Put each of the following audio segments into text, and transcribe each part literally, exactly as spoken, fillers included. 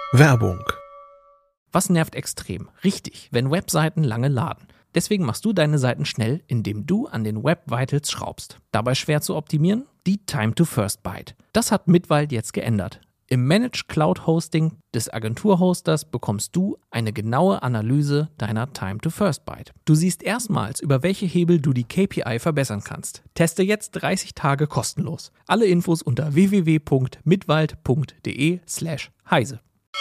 Werbung. Was nervt extrem? Richtig, wenn Webseiten lange laden. Deswegen machst du deine Seiten schnell, indem du an den Web Vitals schraubst. Dabei schwer zu optimieren? Die Time to First Byte. Das hat Midwald jetzt geändert. Im Managed Cloud Hosting des Agenturhosters bekommst du eine genaue Analyse deiner Time to First Byte. Du siehst erstmals, über welche Hebel du die K P I verbessern kannst. Teste jetzt dreißig Tage kostenlos. Alle Infos unter w w w punkt midwald punkt d e slash heise.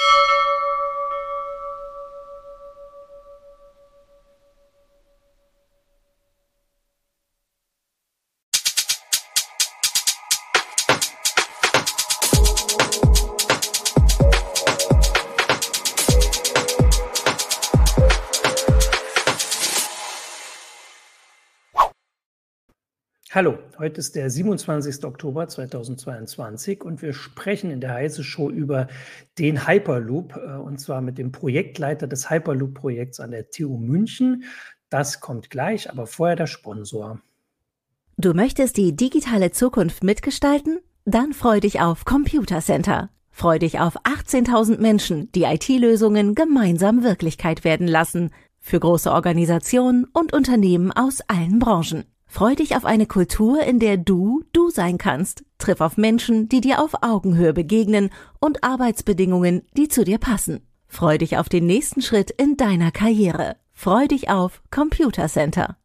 Hallo, heute ist der siebenundzwanzigster Oktober zweitausendzweiundzwanzig und wir sprechen in der Heise Show über den Hyperloop äh, und zwar mit dem Projektleiter des Hyperloop-Projekts an der T U München. Das kommt gleich, aber vorher der Sponsor. Du möchtest die digitale Zukunft mitgestalten? Dann freu dich auf Computer Center. Freu dich auf achtzehntausend Menschen, die I T-Lösungen gemeinsam Wirklichkeit werden lassen. Für große Organisationen und Unternehmen aus allen Branchen. Freu dich auf eine Kultur, in der du du sein kannst. Triff auf Menschen, die dir auf Augenhöhe begegnen und Arbeitsbedingungen, die zu dir passen. Freu dich auf den nächsten Schritt in deiner Karriere. Freu dich auf Computer Center.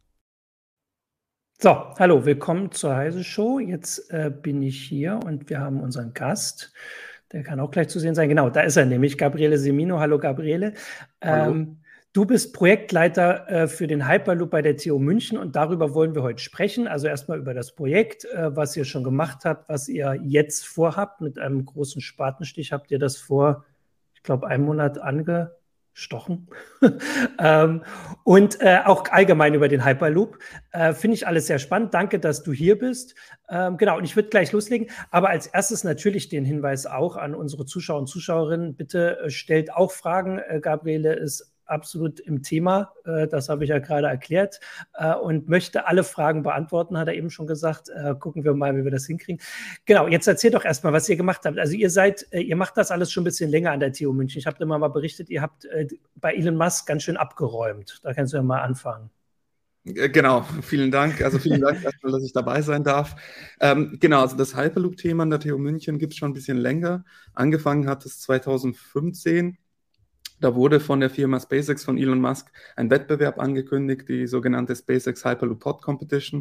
So, hallo, willkommen zur Heise Show. Jetzt äh, bin ich hier und wir haben unseren Gast. Der kann auch gleich zu sehen sein. Genau, da ist er nämlich, Gabriele Semino. Hallo, Gabriele. Hallo. Ähm, Du bist Projektleiter äh, für den Hyperloop bei der T U München und darüber wollen wir heute sprechen. Also erstmal über das Projekt, äh, was ihr schon gemacht habt, was ihr jetzt vorhabt. Mit einem großen Spatenstich habt ihr das vor, ich glaube, einem Monat angestochen. ähm, und äh, auch allgemein über den Hyperloop. Äh, Finde ich alles sehr spannend. Danke, dass du hier bist. Ähm, genau, und ich würde gleich loslegen. Aber als erstes natürlich den Hinweis auch an unsere Zuschauer und Zuschauerinnen. Bitte äh, stellt auch Fragen. Äh, Gabriele ist absolut im Thema, äh, das habe ich ja gerade erklärt, äh, und möchte alle Fragen beantworten, hat er eben schon gesagt. Äh, gucken wir mal, wie wir das hinkriegen. Genau, jetzt erzählt doch erstmal, was ihr gemacht habt. Also ihr seid, äh, ihr macht das alles schon ein bisschen länger an der T U München. Ich habe immer mal berichtet, ihr habt äh, bei Elon Musk ganz schön abgeräumt. Da kannst du ja mal anfangen. Genau, vielen Dank. Also vielen Dank erstmal, dass ich dabei sein darf. Ähm, genau, also das Hyperloop-Thema an der T U München gibt es schon ein bisschen länger. Angefangen hat es zweitausendfünfzehn. Da wurde von der Firma SpaceX von Elon Musk ein Wettbewerb angekündigt, die sogenannte SpaceX Hyperloop Pod Competition,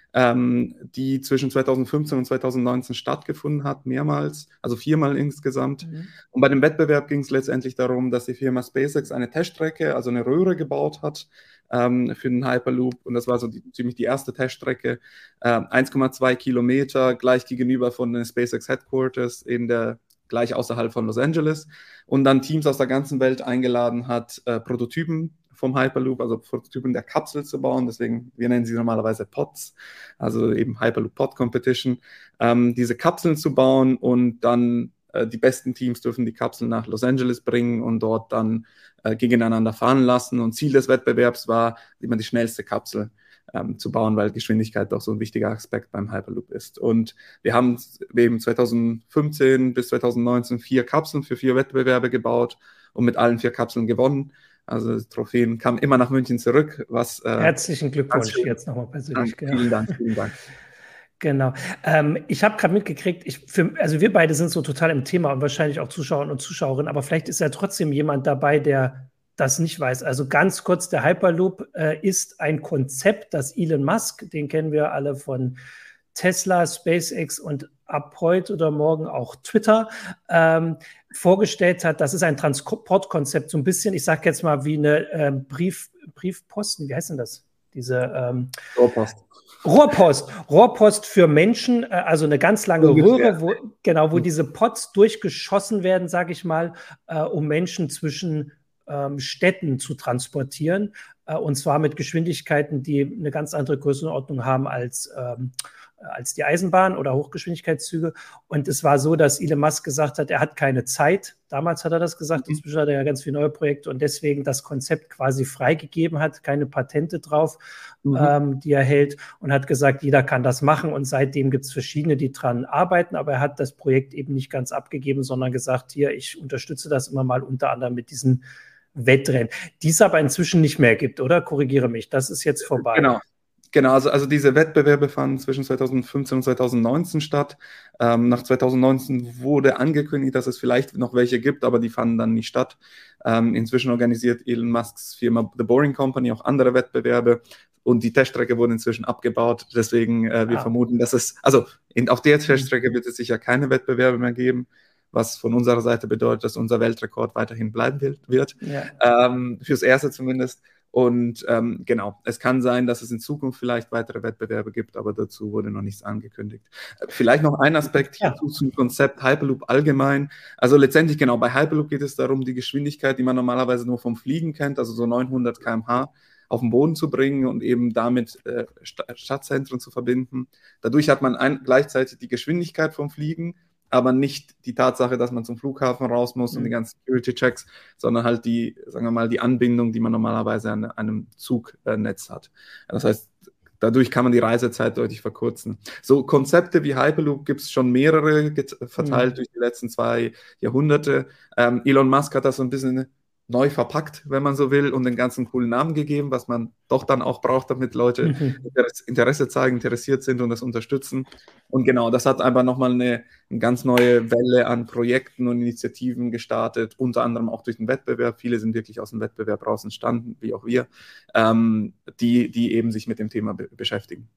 ähm, die zwischen zweitausendfünfzehn und zweitausendneunzehn stattgefunden hat, mehrmals, also viermal insgesamt. Mhm. Und bei dem Wettbewerb ging es letztendlich darum, dass die Firma SpaceX eine Teststrecke, also eine Röhre gebaut hat ähm, für den Hyperloop. Und das war so die, ziemlich die erste Teststrecke, äh, eins Komma zwei Kilometer, gleich gegenüber von den SpaceX Headquarters in der gleich außerhalb von Los Angeles, und dann Teams aus der ganzen Welt eingeladen hat, äh, Prototypen vom Hyperloop, also Prototypen der Kapsel zu bauen. Deswegen, wir nennen sie normalerweise Pods, also eben Hyperloop Pod Competition, ähm, diese Kapseln zu bauen, und dann äh, die besten Teams dürfen die Kapseln nach Los Angeles bringen und dort dann äh, gegeneinander fahren lassen. Und Ziel des Wettbewerbs war, immer die schnellste Kapsel Ähm, zu bauen, weil Geschwindigkeit doch so ein wichtiger Aspekt beim Hyperloop ist. Und wir haben eben zweitausendfünfzehn bis zweitausendneunzehn vier Kapseln für vier Wettbewerbe gebaut und mit allen vier Kapseln gewonnen. Also Trophäen kamen immer nach München zurück. Was, äh, Herzlichen Glückwunsch jetzt nochmal persönlich. Dank, vielen Dank, vielen Dank. Genau. Ähm, ich habe gerade mitgekriegt, ich, für, also wir beide sind so total im Thema und wahrscheinlich auch Zuschauer und Zuschauerinnen, aber vielleicht ist ja trotzdem jemand dabei, der das nicht weiß. Also ganz kurz, der Hyperloop äh, ist ein Konzept, das Elon Musk, den kennen wir alle von Tesla, SpaceX und ab heute oder morgen auch Twitter, ähm, vorgestellt hat. Das ist ein Transportkonzept, so ein bisschen, ich sage jetzt mal wie eine äh, Brief, Briefposten, wie heißt denn das? Diese ähm, Rohrpost. Rohrpost, Rohrpost für Menschen, äh, also eine ganz lange Ungefähr. Röhre, wo, genau, wo diese Pods durchgeschossen werden, sage ich mal, äh, um Menschen zwischen ähm, Städten zu transportieren, äh, und zwar mit Geschwindigkeiten, die eine ganz andere Größenordnung haben als ähm, als die Eisenbahn oder Hochgeschwindigkeitszüge. Und es war so, dass Elon Musk gesagt hat, er hat keine Zeit. Damals hat er das gesagt, Mhm. inzwischen hat er ja ganz viele neue Projekte und deswegen das Konzept quasi freigegeben hat, keine Patente drauf, Mhm. ähm, die er hält und hat gesagt, jeder kann das machen und seitdem gibt es verschiedene, die dran arbeiten, aber er hat das Projekt eben nicht ganz abgegeben, sondern gesagt, hier, ich unterstütze das immer mal unter anderem mit diesen Wettrennen, die es aber inzwischen nicht mehr gibt, oder? Korrigiere mich, das ist jetzt vorbei. Genau. Genau, also, also diese Wettbewerbe fanden zwischen zweitausendfünfzehn und zweitausendneunzehn statt. Ähm, nach zweitausendneunzehn wurde angekündigt, dass es vielleicht noch welche gibt, aber die fanden dann nicht statt. Ähm, inzwischen organisiert Elon Musks Firma The Boring Company auch andere Wettbewerbe und die Teststrecke wurde inzwischen abgebaut. Deswegen, äh, wir Ah. vermuten, dass es, also in, auf der Teststrecke wird es sicher keine Wettbewerbe mehr geben, was von unserer Seite bedeutet, dass unser Weltrekord weiterhin bleiben wird, Ja. ähm, fürs Erste zumindest. Und ähm, genau, es kann sein, dass es in Zukunft vielleicht weitere Wettbewerbe gibt, aber dazu wurde noch nichts angekündigt. Äh, Vielleicht noch ein Aspekt hierzu Ja. zum Konzept Hyperloop allgemein. Also letztendlich genau, bei Hyperloop geht es darum, die Geschwindigkeit, die man normalerweise nur vom Fliegen kennt, also so neunhundert Kilometer pro Stunde, auf den Boden zu bringen und eben damit äh, St- Stadtzentren zu verbinden. Dadurch hat man ein, gleichzeitig die Geschwindigkeit vom Fliegen, aber nicht die Tatsache, dass man zum Flughafen raus muss und die ganzen Security-Checks, sondern halt die, sagen wir mal, die Anbindung, die man normalerweise an einem Zugnetz hat. Das heißt, dadurch kann man die Reisezeit deutlich verkürzen. So Konzepte wie Hyperloop gibt es schon mehrere get- verteilt Mhm. durch die letzten zwei Jahrhunderte. Ähm, Elon Musk hat das so ein bisschen neu verpackt, wenn man so will, und den ganzen coolen Namen gegeben, was man doch dann auch braucht, damit Leute Mhm. Interesse- Interesse zeigen, interessiert sind und das unterstützen. Und genau, das hat einfach nochmal eine, eine ganz neue Welle an Projekten und Initiativen gestartet, unter anderem auch durch den Wettbewerb. Viele sind wirklich aus dem Wettbewerb raus entstanden, wie auch wir, ähm, die, die eben sich mit dem Thema be beschäftigen.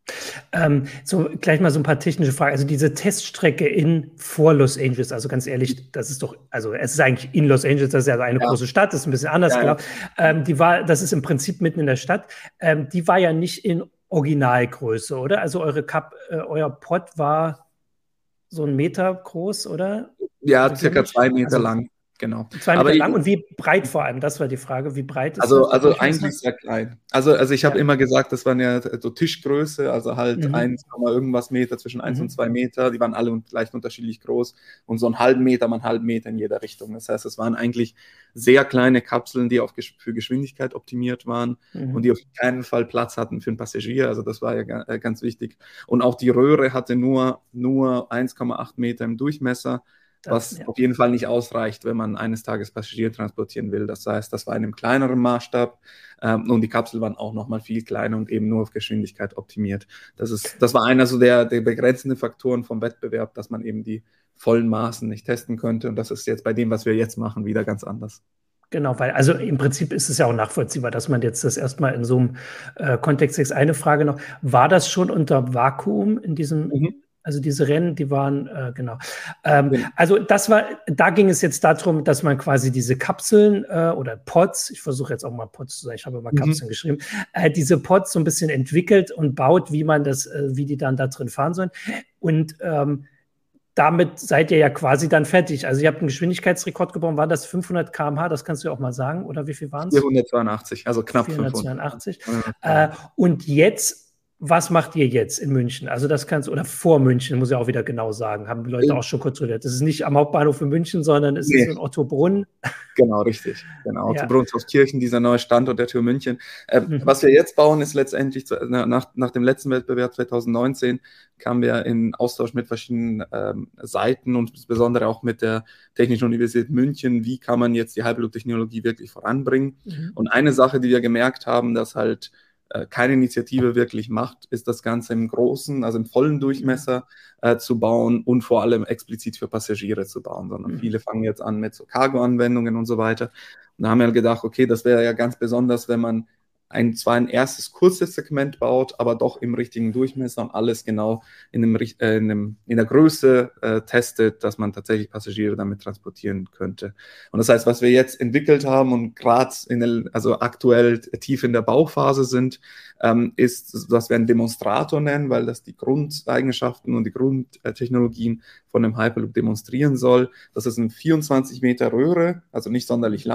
Ähm, so gleich mal so ein paar technische Fragen. Also diese Teststrecke in vor Los Angeles, also ganz ehrlich, das ist doch, also es ist eigentlich in Los Angeles, das ist ja eine Ja. große Stadt, das ist ein bisschen anders, Ja, ja. genau. Ähm, die war, das ist im Prinzip mitten in der Stadt. Ähm, die war ja nicht in Originalgröße, oder? Also eure Cup, äh, euer Pod war so ein Meter groß, oder? Ja, Korrigier circa mich. zwei Meter Also lang, genau. zwei Aber Meter ich, lang und wie breit vor allem? Das war die Frage. Wie breit ist Also, das, der also Durchmesser? eigentlich sehr klein. Also, also ich habe Ja. immer gesagt, das waren ja so Tischgröße, also halt Mhm. eins, irgendwas Meter, zwischen eins Mhm. und zwei Meter. Die waren alle un- leicht unterschiedlich groß und so einen halben Meter, mal einen halben Meter in jeder Richtung. Das heißt, es waren eigentlich sehr kleine Kapseln, die auf Gesch für Geschwindigkeit optimiert waren Mhm. und die auf keinen Fall Platz hatten für einen Passagier. Also das war ja ga- äh, ganz wichtig. Und auch die Röhre hatte nur, nur eins Komma acht Meter im Durchmesser, was Das, ja. auf jeden Fall nicht ausreicht, wenn man eines Tages Passagiere transportieren will. Das heißt, das war in einem kleineren Maßstab ähm, und die Kapseln waren auch nochmal viel kleiner und eben nur auf Geschwindigkeit optimiert. Das ist, das war einer so der, der begrenzenden Faktoren vom Wettbewerb, dass man eben die vollen Maßen nicht testen könnte. Und das ist jetzt bei dem, was wir jetzt machen, wieder ganz anders. Genau, weil also im Prinzip ist es ja auch nachvollziehbar, dass man jetzt das erstmal in so einem äh, Kontext ist. Eine Frage noch, war das schon unter Vakuum in diesem, Mhm. also diese Rennen, die waren, äh, genau. Ähm, Genau. Also das war, da ging es jetzt darum, dass man quasi diese Kapseln äh, oder Pods, ich versuche jetzt auch mal Pods zu sagen, ich habe immer Mhm. Kapseln geschrieben, äh, diese Pods so ein bisschen entwickelt und baut, wie man das, äh, wie die dann da drin fahren sollen. Und ähm, damit seid ihr ja quasi dann fertig. Also ihr habt einen Geschwindigkeitsrekord gebrochen. War das fünfhundert Kilometer pro Stunde? Das kannst du ja auch mal sagen. Oder wie viel waren es? vierhundertzweiundachtzig, also knapp fünfhundert. vierhundertzweiundachtzig. Äh, und jetzt, was macht ihr jetzt in München? Also das kannst du, oder vor München, muss ich auch wieder genau sagen, haben die Leute Äh, auch schon kontrolliert. Das ist nicht am Hauptbahnhof in München, sondern es Nee. ist in Ottobrunn. Genau, richtig. Genau. Ja. Zu Brunnshauskirchen, dieser neue Standort der T U München. Äh, Mhm. Was wir jetzt bauen, ist letztendlich, zu, na, nach, nach dem letzten Wettbewerb zweitausendneunzehn, kamen wir in Austausch mit verschiedenen ähm, Seiten und insbesondere auch mit der Technischen Universität München. Wie kann man jetzt die Hyperloop-Technologie wirklich voranbringen? Mhm. Und eine Sache, die wir gemerkt haben, dass halt äh, keine Initiative wirklich macht, ist das Ganze im großen, also im vollen Durchmesser äh, zu bauen und vor allem explizit für Passagiere zu bauen, sondern Mhm. viele fangen jetzt an mit so Cargo-Anwendungen und so weiter. Und da haben wir gedacht, okay, das wäre ja ganz besonders, wenn man ein, zwar ein erstes kurzes Segment baut, aber doch im richtigen Durchmesser und alles genau in, einem, richt- äh, in, einem, in der Größe äh, testet, dass man tatsächlich Passagiere damit transportieren könnte. Und das heißt, was wir jetzt entwickelt haben und gerade in der, also aktuell tief in der Bauphase sind, ähm, ist, was wir einen Demonstrator nennen, weil das die Grundeigenschaften und die Grundtechnologien von einem Hyperloop demonstrieren soll. Das ist eine vierundzwanzig Meter Röhre, also nicht sonderlich lang,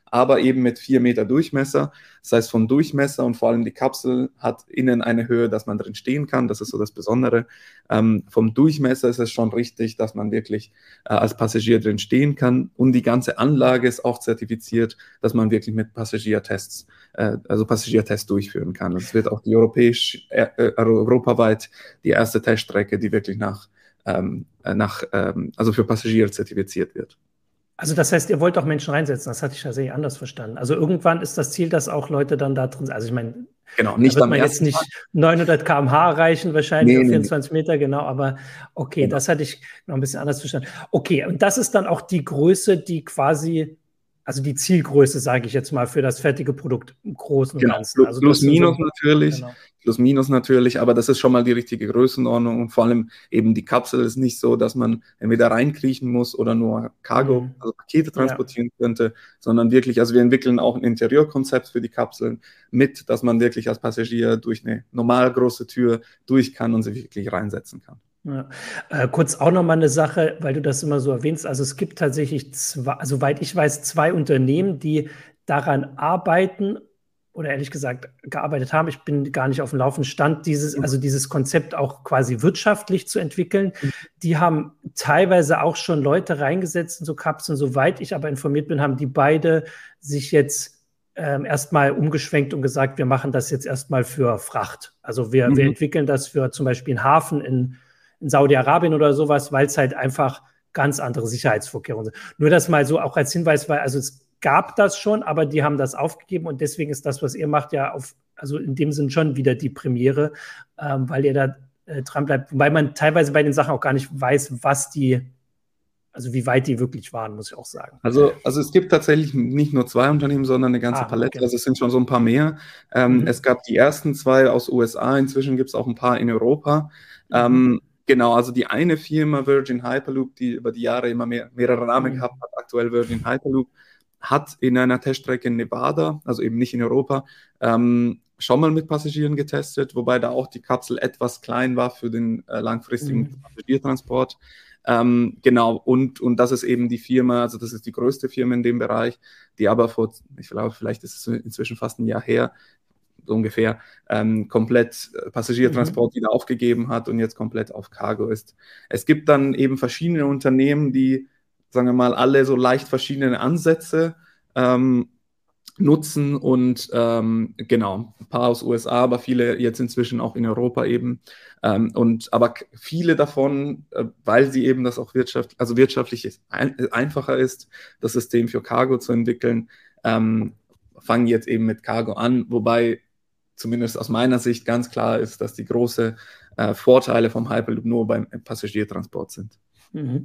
aber eben mit vier Meter Durchmesser. Das heißt, vom Durchmesser und vor allem die Kapsel hat innen eine Höhe, dass man drin stehen kann. Das ist so das Besondere. Ähm, vom Durchmesser ist es schon richtig, dass man wirklich äh, als Passagier drin stehen kann. Und die ganze Anlage ist auch zertifiziert, dass man wirklich mit Passagiertests, äh, also Passagiertests durchführen kann. Es wird auch die europäisch, äh, europaweit die erste Teststrecke, die wirklich nach, ähm, nach ähm, also für Passagiere zertifiziert wird. Also das heißt, ihr wollt auch Menschen reinsetzen, das hatte ich tatsächlich anders verstanden. Also irgendwann ist das Ziel, dass auch Leute dann da drin sind. Also ich meine, genau, nicht da wird man jetzt nicht neunhundert Kilometer pro Stunde erreichen, wahrscheinlich nee, auf vierundzwanzig nee. Meter, genau, aber okay, genau. Das hatte ich noch ein bisschen anders verstanden. Okay, und das ist dann auch die Größe, die quasi, also die Zielgröße, sage ich jetzt mal, für das fertige Produkt im Großen und genau. Ganzen. Also plus, minus so, natürlich. Genau. Plus, minus natürlich, aber das ist schon mal die richtige Größenordnung und vor allem eben die Kapsel ist nicht so, dass man entweder reinkriechen muss oder nur Cargo, mhm. also Pakete transportieren ja. könnte, sondern wirklich, also wir entwickeln auch ein Interieurkonzept für die Kapseln mit, dass man wirklich als Passagier durch eine normal große Tür durch kann und sie wirklich reinsetzen kann. Ja. Äh, kurz auch noch mal eine Sache, weil du das immer so erwähnst, also es gibt tatsächlich zwei, also soweit ich weiß, zwei Unternehmen, die daran arbeiten, oder ehrlich gesagt gearbeitet haben, ich bin gar nicht auf dem laufenden Stand, dieses, also dieses Konzept auch quasi wirtschaftlich zu entwickeln. Die haben teilweise auch schon Leute reingesetzt in so Kapseln, soweit ich aber informiert bin, haben die beide sich jetzt ähm, erstmal umgeschwenkt und gesagt, wir machen das jetzt erstmal für Fracht. Also wir, mhm. wir entwickeln das für zum Beispiel einen Hafen in, in Saudi-Arabien oder sowas, weil es halt einfach ganz andere Sicherheitsvorkehrungen sind. Nur das mal so auch als Hinweis, weil also es gab das schon, aber die haben das aufgegeben und deswegen ist das, was ihr macht, ja auf, also in dem Sinn schon wieder die Premiere, ähm, weil ihr da äh, dran bleibt, wobei man teilweise bei den Sachen auch gar nicht weiß, was die, also wie weit die wirklich waren, muss ich auch sagen. Also, also es gibt tatsächlich nicht nur zwei Unternehmen, sondern eine ganze ah, Palette, okay. Also es sind schon so ein paar mehr. Ähm, mhm. Es gab die ersten zwei aus U S A, inzwischen gibt es auch ein paar in Europa. Mhm. Ähm, Genau, also die eine Firma, Virgin Hyperloop, die über die Jahre immer mehr, mehrere Namen mhm. gehabt hat, aktuell Virgin Hyperloop, hat in einer Teststrecke in Nevada, also eben nicht in Europa, ähm, schon mal mit Passagieren getestet, wobei da auch die Kapsel etwas klein war für den äh, langfristigen mhm. Passagiertransport. Ähm, genau, und, und das ist eben die Firma, also das ist die größte Firma in dem Bereich, die aber vor, ich glaube, vielleicht ist es inzwischen fast ein Jahr her, so ungefähr, ähm, komplett Passagiertransport mhm. wieder aufgegeben hat und jetzt komplett auf Cargo ist. Es gibt dann eben verschiedene Unternehmen, die, sagen wir mal, alle so leicht verschiedene Ansätze ähm, nutzen und ähm, genau, ein paar aus U S A, aber viele jetzt inzwischen auch in Europa eben. Ähm, und aber viele davon, äh, weil sie eben das auch wirtschaft, also wirtschaftlich ist, ein, einfacher ist, das System für Cargo zu entwickeln, ähm, fangen jetzt eben mit Cargo an, wobei zumindest aus meiner Sicht ganz klar ist, dass die großen äh, Vorteile vom Hyperloop nur beim Passagiertransport sind. Mhm.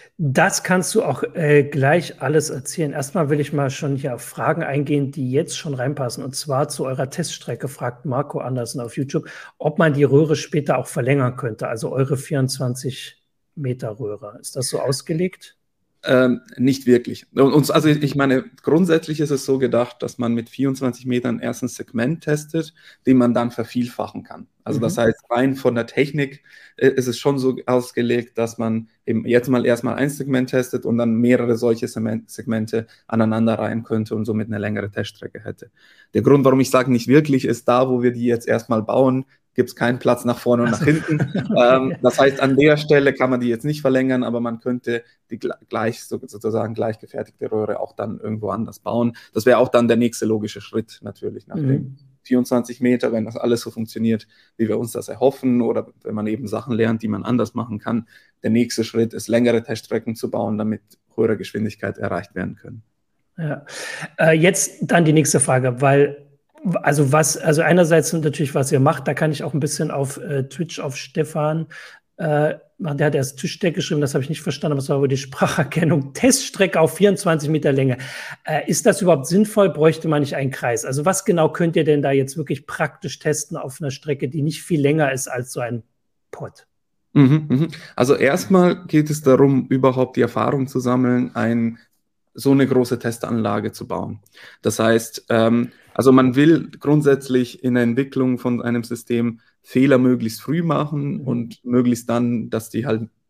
Das kannst du auch äh, gleich alles erzählen. Erstmal will ich mal schon hier auf Fragen eingehen, die jetzt schon reinpassen. Und zwar zu eurer Teststrecke fragt Marco Andersen auf YouTube, ob man die Röhre später auch verlängern könnte, also eure vierundzwanzig Meter Röhre. Ist das so ausgelegt? Ähm, nicht wirklich. Und, also ich meine, grundsätzlich ist es so gedacht, dass man mit vierundzwanzig Metern erst ein Segment testet, den man dann vervielfachen kann. Also mhm. das heißt, rein von der Technik äh, ist es schon so ausgelegt, dass man eben jetzt mal erstmal ein Segment testet und dann mehrere solche Segmente aneinander rein könnte und somit eine längere Teststrecke hätte. Der Grund, warum ich sage nicht wirklich, ist da, wo wir die jetzt erstmal bauen, gibt es keinen Platz nach vorne und nach hinten. ähm, das heißt, an der Stelle kann man die jetzt nicht verlängern, aber man könnte die gleich sozusagen gleich gefertigte Röhre auch dann irgendwo anders bauen. Das wäre auch dann der nächste logische Schritt natürlich nach mhm. dem vierundzwanzig Meter, wenn das alles so funktioniert, wie wir uns das erhoffen oder wenn man eben Sachen lernt, die man anders machen kann. Der nächste Schritt ist, längere Teststrecken zu bauen, damit höhere Geschwindigkeit erreicht werden können. Ja. Äh, jetzt dann die nächste Frage, weil Also was, also einerseits natürlich, was ihr macht, da kann ich auch ein bisschen auf äh, Twitch auf Stefan, äh, der hat erst Tischdeck geschrieben, das habe ich nicht verstanden, aber es war über die Spracherkennung. Teststrecke auf vierundzwanzig Meter Länge. Äh, ist das überhaupt sinnvoll? Bräuchte man nicht einen Kreis? Also was genau könnt ihr denn da jetzt wirklich praktisch testen auf einer Strecke, die nicht viel länger ist als so ein Pod? Mhm, mhm. Also erstmal geht es darum, überhaupt die Erfahrung zu sammeln, ein so eine große Testanlage zu bauen. Das heißt, ähm, also man will grundsätzlich in der Entwicklung von einem System Fehler möglichst früh machen und möglichst dann, dass die halt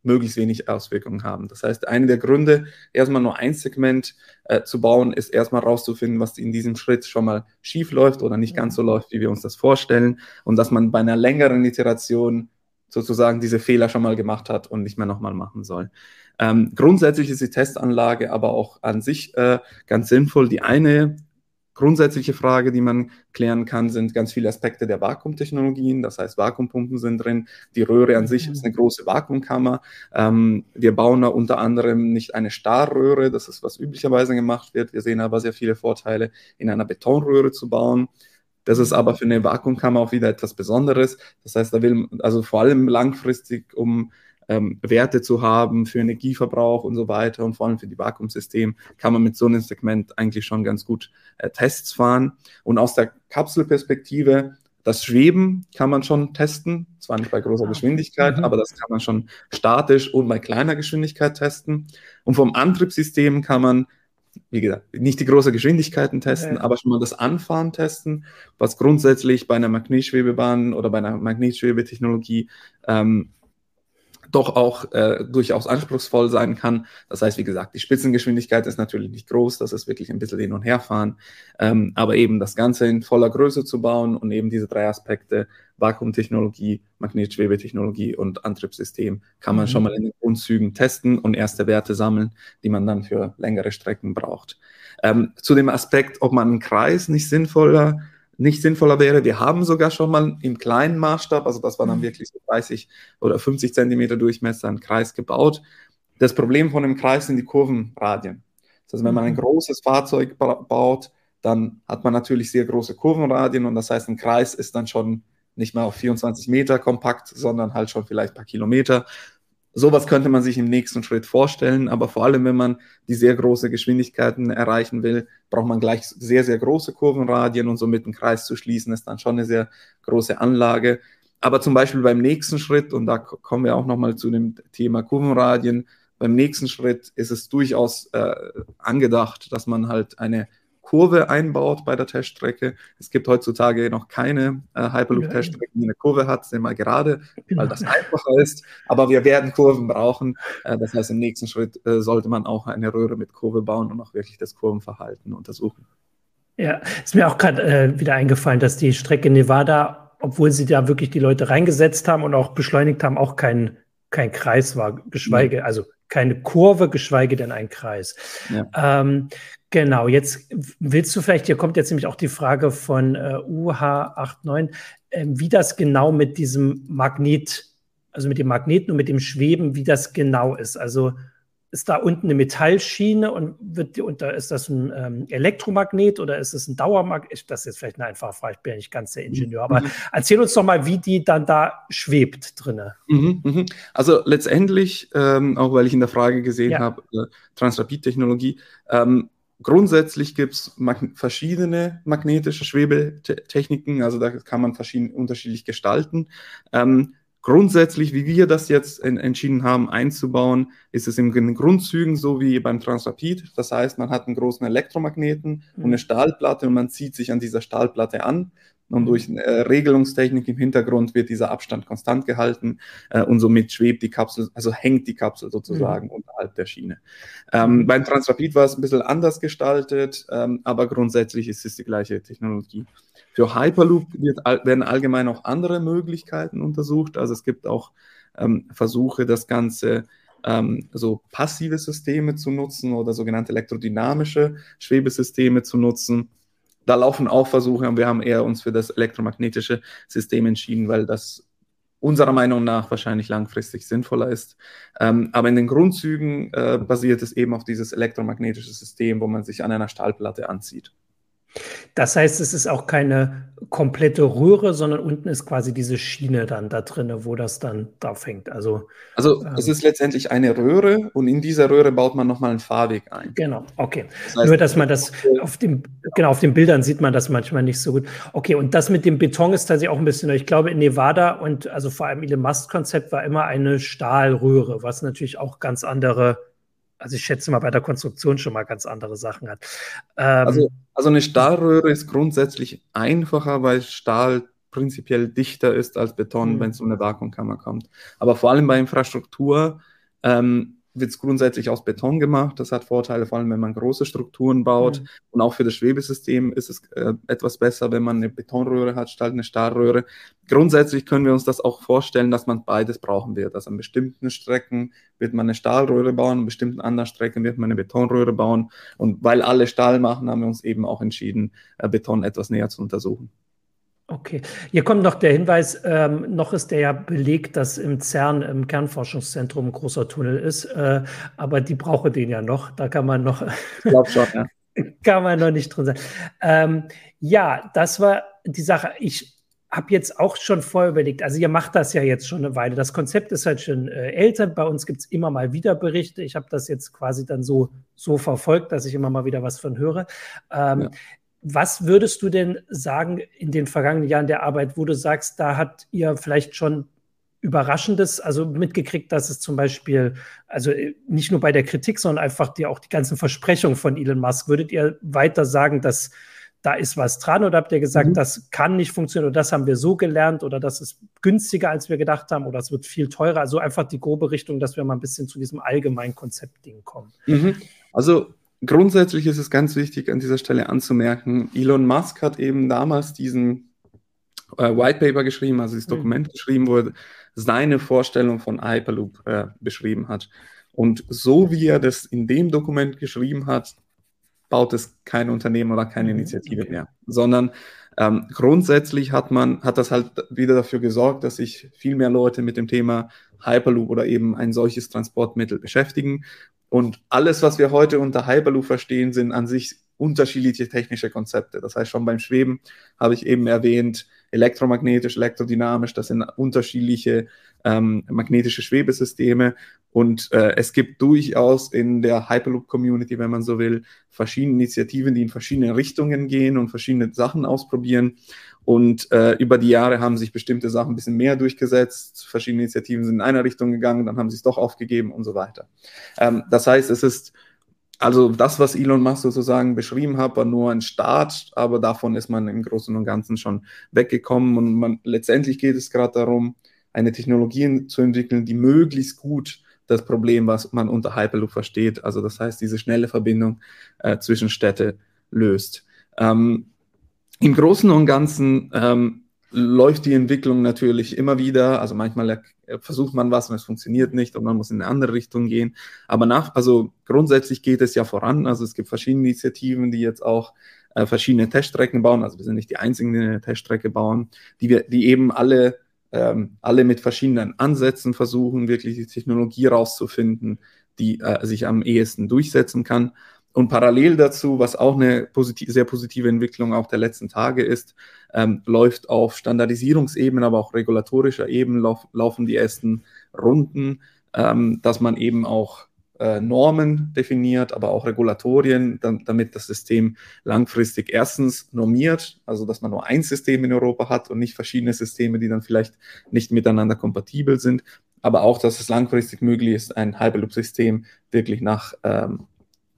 möglichst wenig Auswirkungen haben. Das heißt, einer der Gründe, erstmal nur ein Segment äh, zu bauen, ist erstmal rauszufinden, was in diesem Schritt schon mal schief läuft oder nicht ganz so läuft, wie wir uns das vorstellen, und dass man bei einer längeren Iteration sozusagen diese Fehler schon mal gemacht hat und nicht mehr nochmal machen soll. Ähm, grundsätzlich ist die Testanlage aber auch an sich äh, ganz sinnvoll. Die eine grundsätzliche Frage, die man klären kann, sind ganz viele Aspekte der Vakuumtechnologien. Das heißt, Vakuumpumpen sind drin. Die Röhre an sich ist eine große Vakuumkammer. Ähm, wir bauen da unter anderem nicht eine Stahlröhre, das ist, was üblicherweise gemacht wird. Wir sehen aber sehr viele Vorteile, in einer Betonröhre zu bauen. Das ist aber für eine Vakuumkammer auch wieder etwas Besonderes. Das heißt, da will also vor allem langfristig, um ähm, Werte zu haben für Energieverbrauch und so weiter und vor allem für die Vakuumsystem, kann man mit so einem Segment eigentlich schon ganz gut äh, Tests fahren. Und aus der Kapselperspektive, das Schweben kann man schon testen, zwar nicht bei großer Geschwindigkeit, mhm. aber das kann man schon statisch und bei kleiner Geschwindigkeit testen. Und vom Antriebssystem kann man, wie gesagt, nicht die großen Geschwindigkeiten testen, ja. aber schon mal das Anfahren testen, was grundsätzlich bei einer Magnetschwebebahn oder bei einer Magnetschwebetechnologie ähm, doch auch äh, durchaus anspruchsvoll sein kann. Das heißt, wie gesagt, die Spitzengeschwindigkeit ist natürlich nicht groß, das ist wirklich ein bisschen hin und her fahren, ähm, aber eben das Ganze in voller Größe zu bauen und eben diese drei Aspekte, Vakuumtechnologie, Magnetschwebetechnologie und Antriebssystem, kann man mhm. schon mal in den Grundzügen testen und erste Werte sammeln, die man dann für längere Strecken braucht. Ähm, zu dem Aspekt, ob man einen Kreis nicht sinnvoller nicht sinnvoller wäre. Wir haben sogar schon mal im kleinen Maßstab, also das war dann wirklich so dreißig oder fünfzig Zentimeter Durchmesser, einen Kreis gebaut. Das Problem von dem Kreis sind die Kurvenradien. Das heißt, wenn man ein großes Fahrzeug ba- baut, dann hat man natürlich sehr große Kurvenradien und das heißt, ein Kreis ist dann schon nicht mehr auf vierundzwanzig Meter kompakt, sondern halt schon vielleicht ein paar Kilometer. Sowas könnte man sich im nächsten Schritt vorstellen, aber vor allem, wenn man die sehr große Geschwindigkeiten erreichen will, braucht man gleich sehr, sehr große Kurvenradien und somit einen Kreis zu schließen, ist dann schon eine sehr große Anlage. Aber zum Beispiel beim nächsten Schritt, und da kommen wir auch nochmal zu dem Thema Kurvenradien, beim nächsten Schritt ist es durchaus äh, angedacht, dass man halt eine Kurve einbaut bei der Teststrecke. Es gibt heutzutage noch keine äh, Hyperloop-Teststrecke, die eine Kurve hat, sind mal gerade, weil das einfacher ist. Aber wir werden Kurven brauchen. Äh, das heißt, im nächsten Schritt äh, sollte man auch eine Röhre mit Kurve bauen und auch wirklich das Kurvenverhalten untersuchen. Ja, ist mir auch gerade äh, wieder eingefallen, dass die Strecke Nevada, obwohl sie da wirklich die Leute reingesetzt haben und auch beschleunigt haben, auch kein, kein Kreis war, geschweige, ja. also keine Kurve, geschweige denn ein Kreis. Ja. Ähm, genau, jetzt willst du vielleicht, hier kommt jetzt nämlich auch die Frage von äh, U H neunundachtzig, äh, wie das genau mit diesem Magnet, also mit dem Magneten und mit dem Schweben, wie das genau ist. Also ist da unten eine Metallschiene und wird und da ist das ein ähm, Elektromagnet oder ist es ein Dauermagnet? Das ist jetzt vielleicht eine einfache Frage, ich bin ja nicht ganz der Ingenieur, aber mhm. erzähl uns doch mal, wie die dann da schwebt drinne. Mhm, mhm. Also letztendlich, ähm, auch weil ich in der Frage gesehen ja. habe, äh, Transrapid-Technologie, ähm, grundsätzlich gibt es mag- verschiedene magnetische Schwebetechniken, also da kann man verschieden unterschiedlich gestalten. Ähm, Grundsätzlich, wie wir das jetzt in, entschieden haben einzubauen, ist es in den Grundzügen so wie beim Transrapid. Das heißt, man hat einen großen Elektromagneten mhm. und eine Stahlplatte und man zieht sich an dieser Stahlplatte an. Und durch äh, Regelungstechnik im Hintergrund wird dieser Abstand konstant gehalten äh, und somit schwebt die Kapsel, also hängt die Kapsel sozusagen mhm. unterhalb der Schiene. Ähm, mhm. Beim Transrapid war es ein bisschen anders gestaltet, ähm, aber grundsätzlich ist es die gleiche Technologie. Für Hyperloop wird, werden allgemein auch andere Möglichkeiten untersucht. Also es gibt auch ähm, Versuche, das Ganze ähm, so passive Systeme zu nutzen oder sogenannte elektrodynamische Schwebesysteme zu nutzen. Da laufen auch Versuche und wir haben eher uns für das elektromagnetische System entschieden, weil das unserer Meinung nach wahrscheinlich langfristig sinnvoller ist. Ähm, aber in den Grundzügen äh, basiert es eben auf dieses elektromagnetische System, wo man sich an einer Stahlplatte anzieht. Das heißt, es ist auch keine komplette Röhre, sondern unten ist quasi diese Schiene dann da drin, wo das dann drauf hängt. Also, also ähm, es ist letztendlich eine Röhre und in dieser Röhre baut man nochmal einen Fahrweg ein. Genau, okay. Das heißt, nur, dass man das auf dem, genau, auf den Bildern sieht man das manchmal nicht so gut. Okay, und das mit dem Beton ist tatsächlich auch ein bisschen, ich glaube, in Nevada und also vor allem Elon Musk-Konzept war immer eine Stahlröhre, was natürlich auch ganz andere, also ich schätze mal bei der Konstruktion schon mal ganz andere Sachen hat. Ähm, also, also eine Stahlröhre ist grundsätzlich einfacher, weil Stahl prinzipiell dichter ist als Beton, mhm. wenn es um eine Vakuumkammer kommt. Aber vor allem bei Infrastruktur ähm, wird es grundsätzlich aus Beton gemacht. Das hat Vorteile, vor allem wenn man große Strukturen baut. Mhm. Und auch für das Schwebesystem ist es äh, etwas besser, wenn man eine Betonröhre hat, statt eine Stahlröhre. Grundsätzlich können wir uns das auch vorstellen, dass man beides brauchen wird. Also an bestimmten Strecken wird man eine Stahlröhre bauen, an bestimmten anderen Strecken wird man eine Betonröhre bauen. Und weil alle Stahl machen, haben wir uns eben auch entschieden, äh, Beton etwas näher zu untersuchen. Okay, hier kommt noch der Hinweis, ähm, noch ist der ja belegt, dass im CERN, im Kernforschungszentrum, ein großer Tunnel ist, äh, aber die brauchen den ja noch, da kann man noch, ich glaube schon, ja. kann man noch nicht drin sein. Ähm, ja, das war die Sache. Ich habe jetzt auch schon vorher überlegt, also ihr macht das ja jetzt schon eine Weile, das Konzept ist halt schon äh, älter, bei uns gibt es immer mal wieder Berichte, ich habe das jetzt quasi dann so, so verfolgt, dass ich immer mal wieder was von höre. Ähm, ja. Was würdest du denn sagen in den vergangenen Jahren der Arbeit, wo du sagst, da habt ihr vielleicht schon Überraschendes, also mitgekriegt, dass es zum Beispiel, also nicht nur bei der Kritik, sondern einfach die, auch die ganzen Versprechungen von Elon Musk, würdet ihr weiter sagen, dass da ist was dran oder habt ihr gesagt, mhm. das kann nicht funktionieren oder das haben wir so gelernt oder das ist günstiger, als wir gedacht haben oder es wird viel teurer, also einfach die grobe Richtung, dass wir mal ein bisschen zu diesem allgemeinen Konzeptding kommen. Mhm. Also grundsätzlich ist es ganz wichtig, an dieser Stelle anzumerken, Elon Musk hat eben damals diesen äh, White Paper geschrieben, also dieses Dokument mhm. geschrieben, wo er seine Vorstellung von Hyperloop äh, beschrieben hat. Und so wie er das in dem Dokument geschrieben hat, baut es kein Unternehmen oder keine mhm. Initiative okay. mehr, sondern ähm, grundsätzlich hat man, hat das halt wieder dafür gesorgt, dass sich viel mehr Leute mit dem Thema Hyperloop oder eben ein solches Transportmittel beschäftigen. Und alles, was wir heute unter Hyperloop verstehen, sind an sich unterschiedliche technische Konzepte. Das heißt, schon beim Schweben habe ich eben erwähnt, elektromagnetisch, elektrodynamisch, das sind unterschiedliche ähm, magnetische Schwebesysteme. Und äh, es gibt durchaus in der Hyperloop-Community, wenn man so will, verschiedene Initiativen, die in verschiedene Richtungen gehen und verschiedene Sachen ausprobieren. Und äh, über die Jahre haben sich bestimmte Sachen ein bisschen mehr durchgesetzt. Verschiedene Initiativen sind in eine Richtung gegangen, dann haben sie es doch aufgegeben und so weiter. Ähm, das heißt, es ist, also das, was Elon Musk sozusagen beschrieben hat, war nur ein Start, aber davon ist man im Großen und Ganzen schon weggekommen. Und man, letztendlich geht es gerade darum, eine Technologie zu entwickeln, die möglichst gut das Problem, was man unter Hyperloop versteht, also das heißt, diese schnelle Verbindung äh, zwischen Städte löst. Ähm, Im Großen und Ganzen ähm, läuft die Entwicklung natürlich immer wieder, also manchmal äh, versucht man was und es funktioniert nicht und man muss in eine andere Richtung gehen, aber nach, also grundsätzlich geht es ja voran, also es gibt verschiedene Initiativen, die jetzt auch äh, verschiedene Teststrecken bauen, also wir sind nicht die einzigen, die eine Teststrecke bauen, die, wir, die eben alle Ähm, alle mit verschiedenen Ansätzen versuchen, wirklich die Technologie rauszufinden, die äh, sich am ehesten durchsetzen kann. Und parallel dazu, was auch eine positiv, sehr positive Entwicklung auch der letzten Tage ist, ähm, läuft auf Standardisierungsebene, aber auch regulatorischer Ebene lauf, laufen die ersten Runden, ähm, dass man eben auch äh, Normen definiert, aber auch Regulatorien, dann, damit das System langfristig erstens normiert, also dass man nur ein System in Europa hat und nicht verschiedene Systeme, die dann vielleicht nicht miteinander kompatibel sind, aber auch, dass es langfristig möglich ist, ein Hyperloop-System wirklich nach ähm,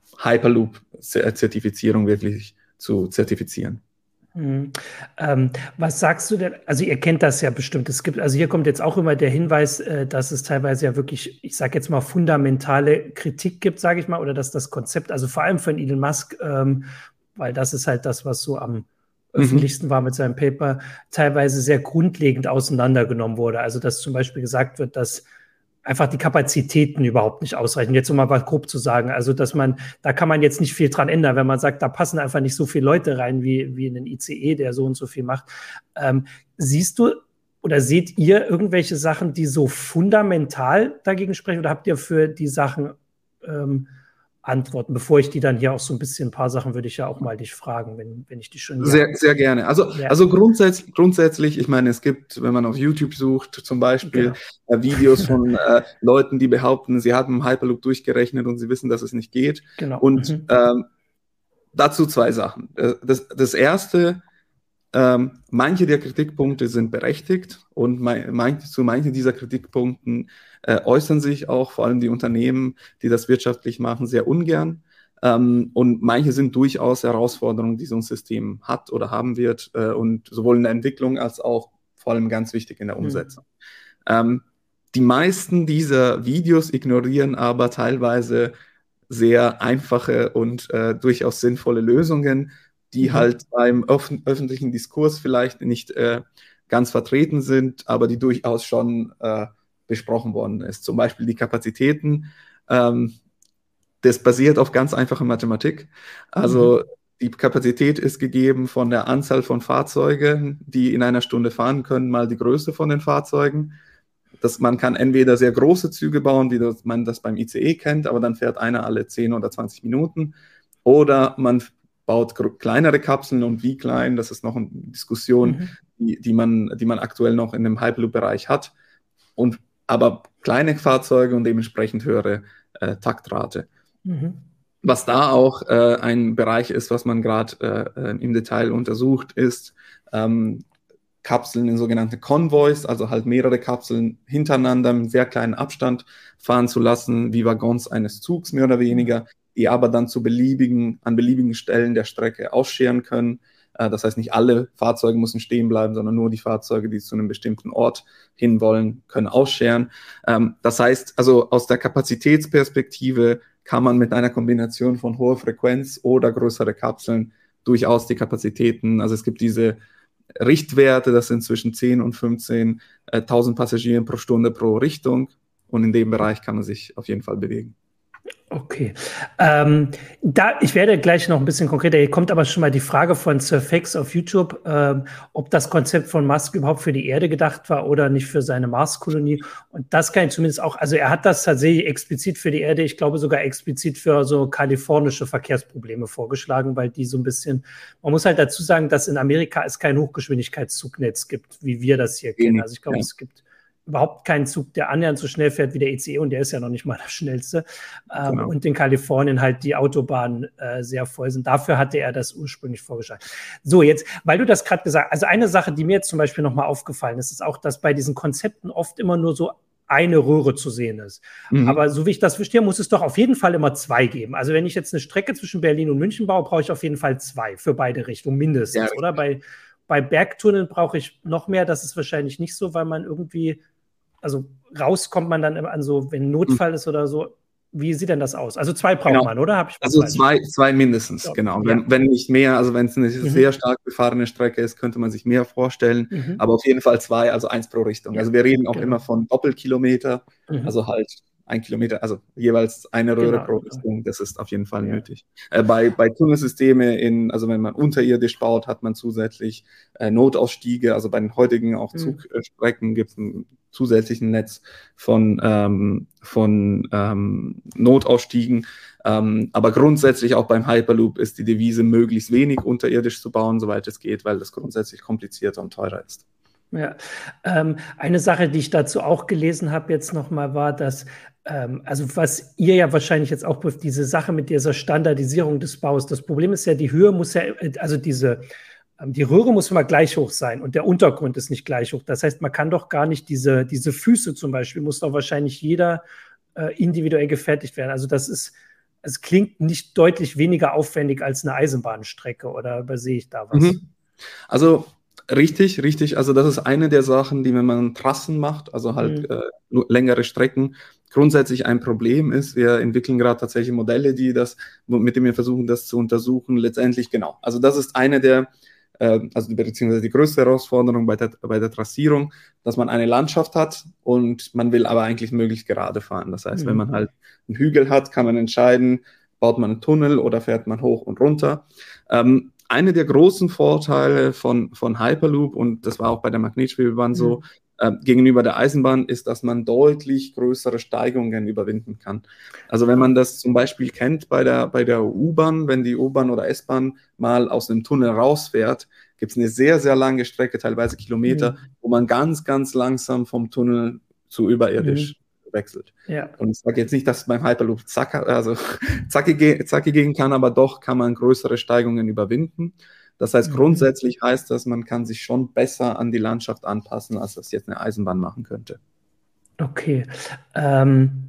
Hyperloop-Zertifizierung wirklich zu zertifizieren. Hm. Ähm, was sagst du denn? Also ihr kennt das ja bestimmt. Es gibt, also hier kommt jetzt auch immer der Hinweis, äh, dass es teilweise ja wirklich, ich sage jetzt mal, fundamentale Kritik gibt, sage ich mal, oder dass das Konzept, also vor allem von Elon Musk, ähm, weil das ist halt das, was so am öffentlichsten mhm. war mit seinem Paper, teilweise sehr grundlegend auseinandergenommen wurde. Also dass zum Beispiel gesagt wird, dass einfach die Kapazitäten überhaupt nicht ausreichen. Jetzt um mal was grob zu sagen, also dass man, da kann man jetzt nicht viel dran ändern, wenn man sagt, da passen einfach nicht so viele Leute rein wie, wie in den I C E, der so und so viel macht. Ähm, siehst du oder seht ihr irgendwelche Sachen, die so fundamental dagegen sprechen oder habt ihr für die Sachen ähm, Antworten? Bevor ich die dann hier auch so ein bisschen, ein paar Sachen würde ich ja auch mal dich fragen, wenn, wenn ich die schon... Sehr, sehr gerne. Also, ja. also grundsätzlich, grundsätzlich, ich meine, es gibt, wenn man auf YouTube sucht, zum Beispiel genau. äh, Videos von äh, Leuten, die behaupten, sie haben Hyperloop durchgerechnet und sie wissen, dass es nicht geht. Genau. Und mhm. ähm, dazu zwei Sachen. Das, das erste, ähm, manche der Kritikpunkte sind berechtigt und mein, mein, zu manchen dieser Kritikpunkten äh, äußern sich auch vor allem die Unternehmen, die das wirtschaftlich machen, sehr ungern. Ähm, und manche sind durchaus Herausforderungen, die so ein System hat oder haben wird äh, und sowohl in der Entwicklung als auch vor allem ganz wichtig in der Umsetzung. Mhm. Ähm, die meisten dieser Videos ignorieren aber teilweise sehr einfache und äh, durchaus sinnvolle Lösungen, die mhm. halt beim öf- öffentlichen Diskurs vielleicht nicht äh, ganz vertreten sind, aber die durchaus schon äh, besprochen worden ist. Zum Beispiel die Kapazitäten. Ähm, das basiert auf ganz einfacher Mathematik. Also mhm. die Kapazität ist gegeben von der Anzahl von Fahrzeugen, die in einer Stunde fahren können, mal die Größe von den Fahrzeugen. Das, man kann entweder sehr große Züge bauen, wie das, man das beim I C E kennt, aber dann fährt einer alle zehn oder zwanzig Minuten. Oder man baut gr- kleinere Kapseln, und wie klein, das ist noch eine Diskussion, mhm. die, die, man, die man aktuell noch in dem Hyperloop-Bereich hat. Und, aber kleine Fahrzeuge und dementsprechend höhere äh, Taktrate. Mhm. Was da auch äh, ein Bereich ist, was man gerade äh, im Detail untersucht, ist ähm, Kapseln in sogenannte Konvois, also halt mehrere Kapseln hintereinander mit sehr kleinen Abstand fahren zu lassen, wie Waggons eines Zugs mehr oder weniger, die aber dann zu beliebigen, an beliebigen Stellen der Strecke ausscheren können. Äh, das heißt, nicht alle Fahrzeuge müssen stehen bleiben, sondern nur die Fahrzeuge, die zu einem bestimmten Ort hinwollen, können ausscheren. Ähm, das heißt, also aus der Kapazitätsperspektive kann man mit einer Kombination von hoher Frequenz oder größere Kapseln durchaus die Kapazitäten, also es gibt diese Richtwerte, das sind zwischen zehn und fünfzehntausend Passagieren pro Stunde pro Richtung, und in dem Bereich kann man sich auf jeden Fall bewegen. Okay. Ähm, da, ich werde gleich noch ein bisschen konkreter. Hier kommt aber schon mal die Frage von Surfax auf YouTube, ähm, ob das Konzept von Musk überhaupt für die Erde gedacht war oder nicht für seine Marskolonie. Und das kann ich zumindest auch, also er hat das tatsächlich explizit für die Erde, ich glaube sogar explizit für so kalifornische Verkehrsprobleme vorgeschlagen, weil die so ein bisschen, man muss halt dazu sagen, dass in Amerika es kein Hochgeschwindigkeitszugnetz gibt, wie wir das hier kennen. Also ich glaube, ja. es gibt überhaupt keinen Zug, der annähernd so schnell fährt wie der I C E, und der ist ja noch nicht mal der schnellste. Ähm, genau. Und in Kalifornien halt die Autobahnen äh, sehr voll sind. Dafür hatte er das ursprünglich vorgeschlagen. So, jetzt, weil du das gerade gesagt hast, also eine Sache, die mir jetzt zum Beispiel nochmal aufgefallen ist, ist auch, dass bei diesen Konzepten oft immer nur so eine Röhre zu sehen ist. Mhm. Aber so wie ich das verstehe, muss es doch auf jeden Fall immer zwei geben. Also wenn ich jetzt eine Strecke zwischen Berlin und München baue, brauche ich auf jeden Fall zwei für beide Richtungen mindestens, ja, oder? Bei, bei Bergtunneln brauche ich noch mehr. Das ist wahrscheinlich nicht so, weil man irgendwie, also rauskommt man dann immer an so, wenn ein Notfall mhm. ist oder so. Wie sieht denn das aus? Also zwei braucht genau. man, oder? Hab ich also zwei, zwei mindestens, ja. genau. Wenn, ja. wenn nicht mehr, also wenn es eine mhm. sehr stark befahrene Strecke ist, könnte man sich mehr vorstellen. Mhm. Aber auf jeden Fall zwei, also eins pro Richtung. Ja. Also wir reden auch genau. immer von Doppelkilometer, mhm. also halt ein Kilometer, also jeweils eine Röhre genau. pro Richtung. Das ist auf jeden Fall ja. nötig. Äh, bei, bei Tunnelsysteme, in, also wenn man unterirdisch baut, hat man zusätzlich äh, Notausstiege. Also bei den heutigen auch mhm. Zugstrecken gibt es einen zusätzlichen Netz von, ähm, von ähm, Notausstiegen. Ähm, aber grundsätzlich auch beim Hyperloop ist die Devise, möglichst wenig unterirdisch zu bauen, soweit es geht, weil das grundsätzlich komplizierter und teurer ist. Ja, ähm, eine Sache, die ich dazu auch gelesen habe jetzt nochmal, war, dass, ähm, also was ihr ja wahrscheinlich jetzt auch prüft, diese Sache mit dieser Standardisierung des Baus. Das Problem ist ja, die Höhe muss ja, also diese, ähm, die Röhre muss immer gleich hoch sein und der Untergrund ist nicht gleich hoch. Das heißt, man kann doch gar nicht diese, diese Füße zum Beispiel, muss doch wahrscheinlich jeder äh, individuell gefertigt werden. Also das ist, es klingt nicht deutlich weniger aufwendig als eine Eisenbahnstrecke, oder übersehe ich da was? Mhm. Also Richtig, richtig. Also das ist eine der Sachen, die, wenn man Trassen macht, also halt mhm. äh, längere Strecken, grundsätzlich ein Problem ist. Wir entwickeln gerade tatsächlich Modelle, die das, mit denen wir versuchen, das zu untersuchen. Letztendlich genau. Also das ist eine der, äh, also beziehungsweise die größte Herausforderung bei der, bei der Trassierung, dass man eine Landschaft hat und man will aber eigentlich möglichst gerade fahren. Das heißt, mhm. wenn man halt einen Hügel hat, kann man entscheiden, baut man einen Tunnel oder fährt man hoch und runter. Ähm, Eine der großen Vorteile von, von Hyperloop, und das war auch bei der Magnetschwebebahn mhm. so, äh, gegenüber der Eisenbahn, ist, dass man deutlich größere Steigungen überwinden kann. Also wenn man das zum Beispiel kennt bei der, bei der U-Bahn, wenn die U-Bahn oder S-Bahn mal aus einem Tunnel rausfährt, gibt es eine sehr, sehr lange Strecke, teilweise Kilometer, mhm. wo man ganz, ganz langsam vom Tunnel zu überirdisch mhm. wechselt. Ja. Und ich sage jetzt nicht, dass beim Hyperloop zack, also zackig, zackig gehen kann, aber doch kann man größere Steigungen überwinden. Das heißt, mhm. grundsätzlich heißt das, man kann sich schon besser an die Landschaft anpassen, als das jetzt eine Eisenbahn machen könnte. Okay. Ähm,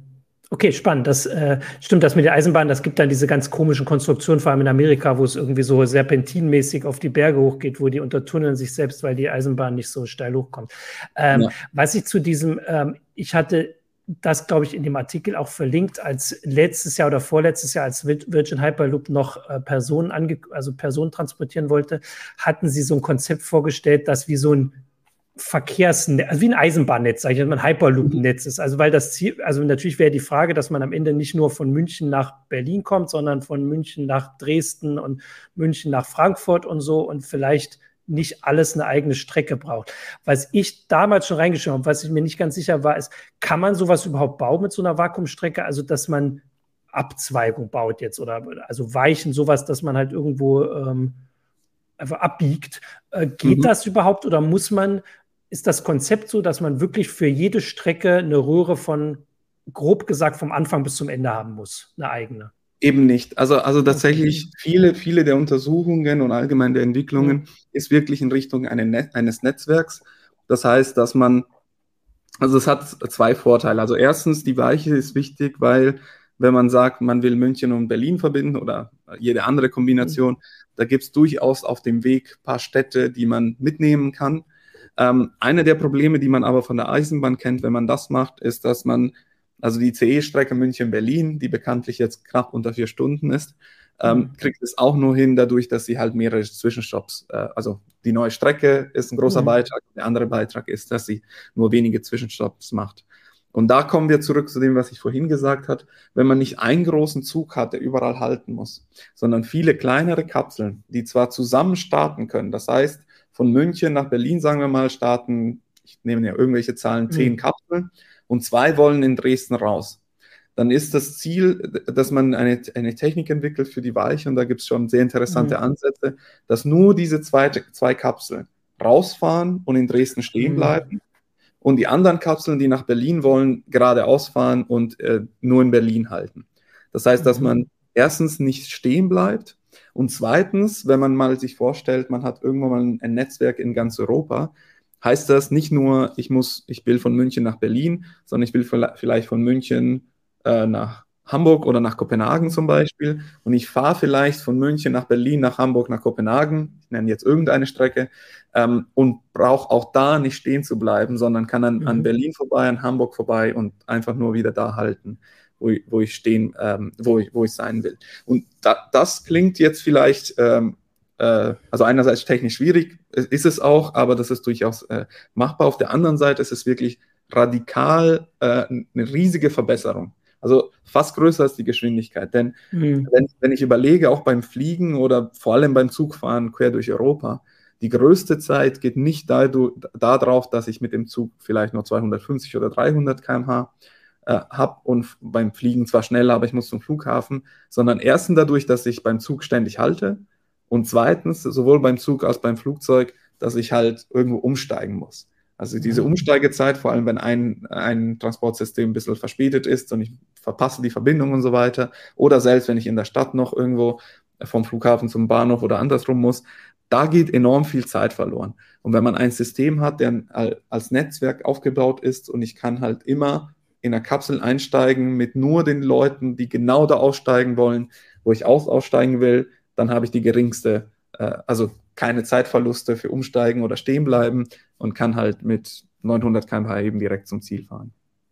Okay, spannend. Das äh, stimmt, das mit der Eisenbahn, das gibt dann diese ganz komischen Konstruktionen, vor allem in Amerika, wo es irgendwie so serpentinmäßig auf die Berge hochgeht, wo die untertunneln sich selbst, weil die Eisenbahn nicht so steil hochkommt. Ähm, ja. Was ich zu diesem, ähm, ich hatte das, glaube ich, in dem Artikel auch verlinkt, als letztes Jahr oder vorletztes Jahr, als Virgin Hyperloop noch äh, Personen, ange also Personen transportieren wollte, hatten sie so ein Konzept vorgestellt, das wie so ein Verkehrsnetz, also wie ein Eisenbahnnetz, sage ich mal, ein Hyperloop-Netz ist. Also weil das Ziel, also natürlich wäre die Frage, dass man am Ende nicht nur von München nach Berlin kommt, sondern von München nach Dresden und München nach Frankfurt und so und vielleicht nicht alles eine eigene Strecke braucht. Was ich damals schon reingeschrieben habe, was ich mir nicht ganz sicher war, ist, kann man sowas überhaupt bauen mit so einer Vakuumstrecke? Also dass man Abzweigung baut jetzt oder also Weichen, sowas, dass man halt irgendwo ähm, einfach abbiegt. Äh, geht mhm. das überhaupt oder muss man Ist das Konzept so, dass man wirklich für jede Strecke eine Röhre von, grob gesagt, vom Anfang bis zum Ende haben muss, eine eigene? Eben nicht. Also, also tatsächlich okay. viele, viele der Untersuchungen und allgemein der Entwicklungen mhm. ist wirklich in Richtung eine Net- eines Netzwerks. Das heißt, dass man, also es hat zwei Vorteile. Also erstens, die Weiche ist wichtig, weil wenn man sagt, man will München und Berlin verbinden oder jede andere Kombination, mhm. da gibt es durchaus auf dem Weg ein paar Städte, die man mitnehmen kann. Ähm, eine der Probleme, die man aber von der Eisenbahn kennt, wenn man das macht, ist, dass man, also die I C E-Strecke München-Berlin, die bekanntlich jetzt knapp unter vier Stunden ist, ähm, mhm. kriegt es auch nur hin dadurch, dass sie halt mehrere Zwischenstopps, äh, also die neue Strecke ist ein großer mhm. Beitrag, der andere Beitrag ist, dass sie nur wenige Zwischenstopps macht. Und da kommen wir zurück zu dem, was ich vorhin gesagt habe, wenn man nicht einen großen Zug hat, der überall halten muss, sondern viele kleinere Kapseln, die zwar zusammen starten können, das heißt, von München nach Berlin, sagen wir mal, starten, ich nehme ja irgendwelche Zahlen, zehn mhm. Kapseln und zwei wollen in Dresden raus. Dann ist das Ziel, dass man eine, eine Technik entwickelt für die Weiche und da gibt es schon sehr interessante mhm. Ansätze, dass nur diese zwei, zwei Kapseln rausfahren und in Dresden stehen bleiben mhm. und die anderen Kapseln, die nach Berlin wollen, geradeaus fahren und äh, nur in Berlin halten. Das heißt, dass man erstens nicht stehen bleibt, und zweitens, wenn man mal sich vorstellt, man hat irgendwann mal ein, ein Netzwerk in ganz Europa, heißt das nicht nur, ich muss, ich will von München nach Berlin, sondern ich will vielleicht von München äh, nach Hamburg oder nach Kopenhagen zum Beispiel. Und ich fahre vielleicht von München nach Berlin, nach Hamburg, nach Kopenhagen, ich nenne jetzt irgendeine Strecke, ähm, und brauche auch da nicht stehen zu bleiben, sondern kann dann mhm. an Berlin vorbei, an Hamburg vorbei und einfach nur wieder da halten, wo ich, wo ich stehen, ähm, wo ich, wo ich sein will. Und da, das klingt jetzt vielleicht, ähm, äh, also einerseits technisch schwierig, ist es auch, aber das ist durchaus äh, machbar. Auf der anderen Seite ist es wirklich radikal äh, eine riesige Verbesserung. Also fast größer als die Geschwindigkeit. Denn mhm. wenn, wenn ich überlege, auch beim Fliegen oder vor allem beim Zugfahren quer durch Europa, die größte Zeit geht nicht darauf, da dass ich mit dem Zug vielleicht nur zweihundertfünfzig oder dreihundert Kilometer pro Stunde Äh, habe und beim Fliegen zwar schneller, aber ich muss zum Flughafen, sondern erstens dadurch, dass ich beim Zug ständig halte und zweitens, sowohl beim Zug als beim Flugzeug, dass ich halt irgendwo umsteigen muss. Also diese Umsteigezeit, vor allem wenn ein, ein Transportsystem ein bisschen verspätet ist und ich verpasse die Verbindung und so weiter oder selbst wenn ich in der Stadt noch irgendwo vom Flughafen zum Bahnhof oder andersrum muss, da geht enorm viel Zeit verloren. Und wenn man ein System hat, der als Netzwerk aufgebaut ist und ich kann halt immer in der Kapsel einsteigen mit nur den Leuten, die genau da aussteigen wollen, wo ich auch aussteigen will, dann habe ich die geringste, äh, also keine Zeitverluste für Umsteigen oder stehen bleiben und kann halt mit neunhundert Kilometer pro Stunde eben direkt zum Ziel fahren.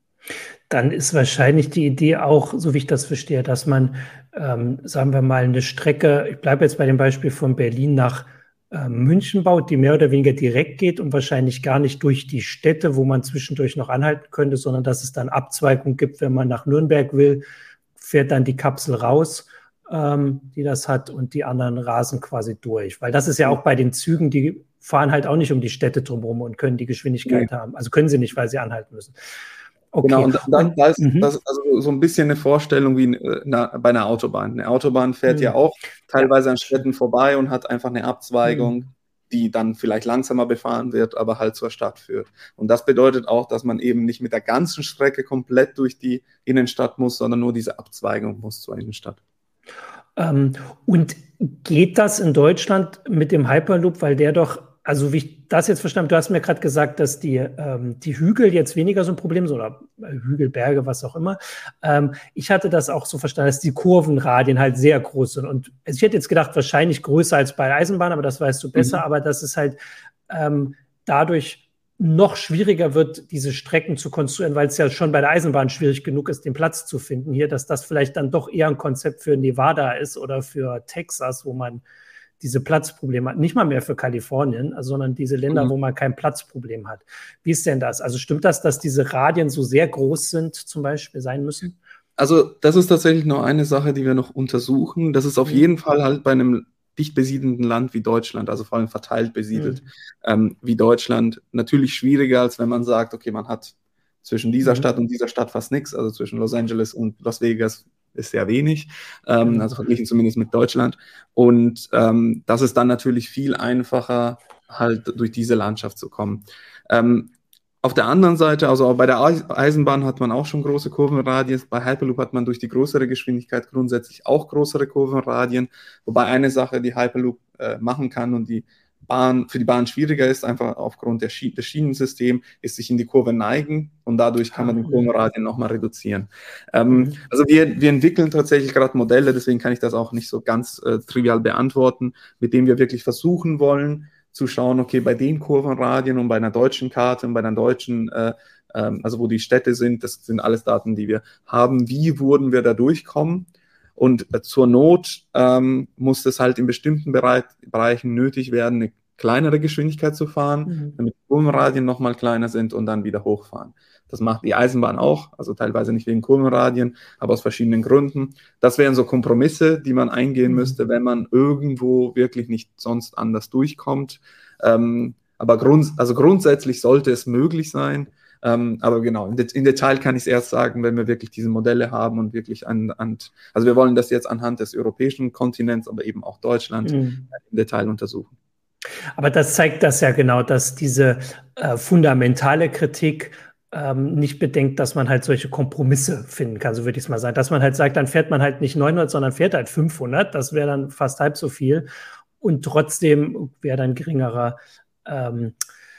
Dann ist wahrscheinlich die Idee auch, so wie ich das verstehe, dass man, ähm, sagen wir mal, eine Strecke, ich bleibe jetzt bei dem Beispiel von Berlin nach München baut, die mehr oder weniger direkt geht und wahrscheinlich gar nicht durch die Städte, wo man zwischendurch noch anhalten könnte, sondern dass es dann Abzweigung gibt, wenn man nach Nürnberg will, fährt dann die Kapsel raus, ähm, die das hat und die anderen rasen quasi durch. Weil das ist ja auch bei den Zügen, die fahren halt auch nicht um die Städte drumherum und können die Geschwindigkeit nee. haben. Also können sie nicht, weil sie anhalten müssen. Okay. Genau, und da, da ist mhm. das also so ein bisschen eine Vorstellung wie na, bei einer Autobahn. Eine Autobahn fährt mhm. ja auch teilweise ja. an Städten vorbei und hat einfach eine Abzweigung, mhm. die dann vielleicht langsamer befahren wird, aber halt zur Stadt führt. Und das bedeutet auch, dass man eben nicht mit der ganzen Strecke komplett durch die Innenstadt muss, sondern nur diese Abzweigung muss zur Innenstadt. Ähm, und geht das in Deutschland mit dem Hyperloop, weil der doch Also wie ich das jetzt verstanden habe, du hast mir gerade gesagt, dass die, ähm, die Hügel jetzt weniger so ein Problem sind oder Hügel, Berge, was auch immer. Ähm, ich hatte das auch so verstanden, dass die Kurvenradien halt sehr groß sind. Und ich hätte jetzt gedacht, wahrscheinlich größer als bei der Eisenbahn, aber das weißt du besser. Mhm. Aber dass es halt ähm, dadurch noch schwieriger wird, diese Strecken zu konstruieren, weil es ja schon bei der Eisenbahn schwierig genug ist, den Platz zu finden hier, dass das vielleicht dann doch eher ein Konzept für Nevada ist oder für Texas, wo man diese Platzprobleme hat. Nicht mal mehr für Kalifornien, sondern diese Länder, mhm. wo man kein Platzproblem hat. Wie ist denn das? Also stimmt das, dass diese Radien so sehr groß sind, zum Beispiel sein müssen? Also das ist tatsächlich noch eine Sache, die wir noch untersuchen. Das ist auf mhm. jeden Fall halt bei einem dicht besiedelten Land wie Deutschland, also vor allem verteilt besiedelt, mhm. ähm, wie Deutschland, natürlich schwieriger, als wenn man sagt, okay, man hat zwischen dieser mhm. Stadt und dieser Stadt fast nichts, also zwischen Los Angeles und Las Vegas ist sehr wenig, ähm, mhm. also verglichen zumindest mit Deutschland. Und ähm, das ist dann natürlich viel einfacher, halt durch diese Landschaft zu kommen. Ähm, Auf der anderen Seite, also bei der Eisenbahn hat man auch schon große Kurvenradien, bei Hyperloop hat man durch die größere Geschwindigkeit grundsätzlich auch größere Kurvenradien, wobei eine Sache, die Hyperloop äh, machen kann und die Bahn für die Bahn schwieriger ist, einfach aufgrund der Schien- des Schienensystems, ist sich in die Kurve neigen und dadurch kann man den Kurvenradien nochmal reduzieren. Ähm, mhm. Also wir, wir entwickeln tatsächlich gerade Modelle, deswegen kann ich das auch nicht so ganz äh, trivial beantworten, mit denen wir wirklich versuchen wollen, zu schauen, okay, bei den Kurvenradien und bei einer deutschen Karte und bei einer deutschen, äh, ähm, also wo die Städte sind, das sind alles Daten, die wir haben, wie würden wir da durchkommen? Und äh, zur Not ähm, muss es halt in bestimmten Bereich, Bereichen nötig werden, eine kleinere Geschwindigkeit zu fahren, mhm. damit die Kurvenradien nochmal kleiner sind und dann wieder hochfahren. Das macht die Eisenbahn auch, also teilweise nicht wegen Kurvenradien, aber aus verschiedenen Gründen. Das wären so Kompromisse, die man eingehen müsste, wenn man irgendwo wirklich nicht sonst anders durchkommt. Ähm, aber grund, also grundsätzlich sollte es möglich sein. Ähm, aber genau, in, Det- in Detail kann ich es erst sagen, wenn wir wirklich diese Modelle haben und wirklich an, an, also wir wollen das jetzt anhand des europäischen Kontinents, aber eben auch Deutschland mhm. im Detail untersuchen. Aber das zeigt das ja genau, dass diese äh, fundamentale Kritik ähm, nicht bedenkt, dass man halt solche Kompromisse finden kann, so würde ich es mal sagen. Dass man halt sagt, dann fährt man halt nicht neunhundert, sondern fährt halt fünfhundert. Das wäre dann fast halb so viel. Und trotzdem wäre dann geringerer, ähm,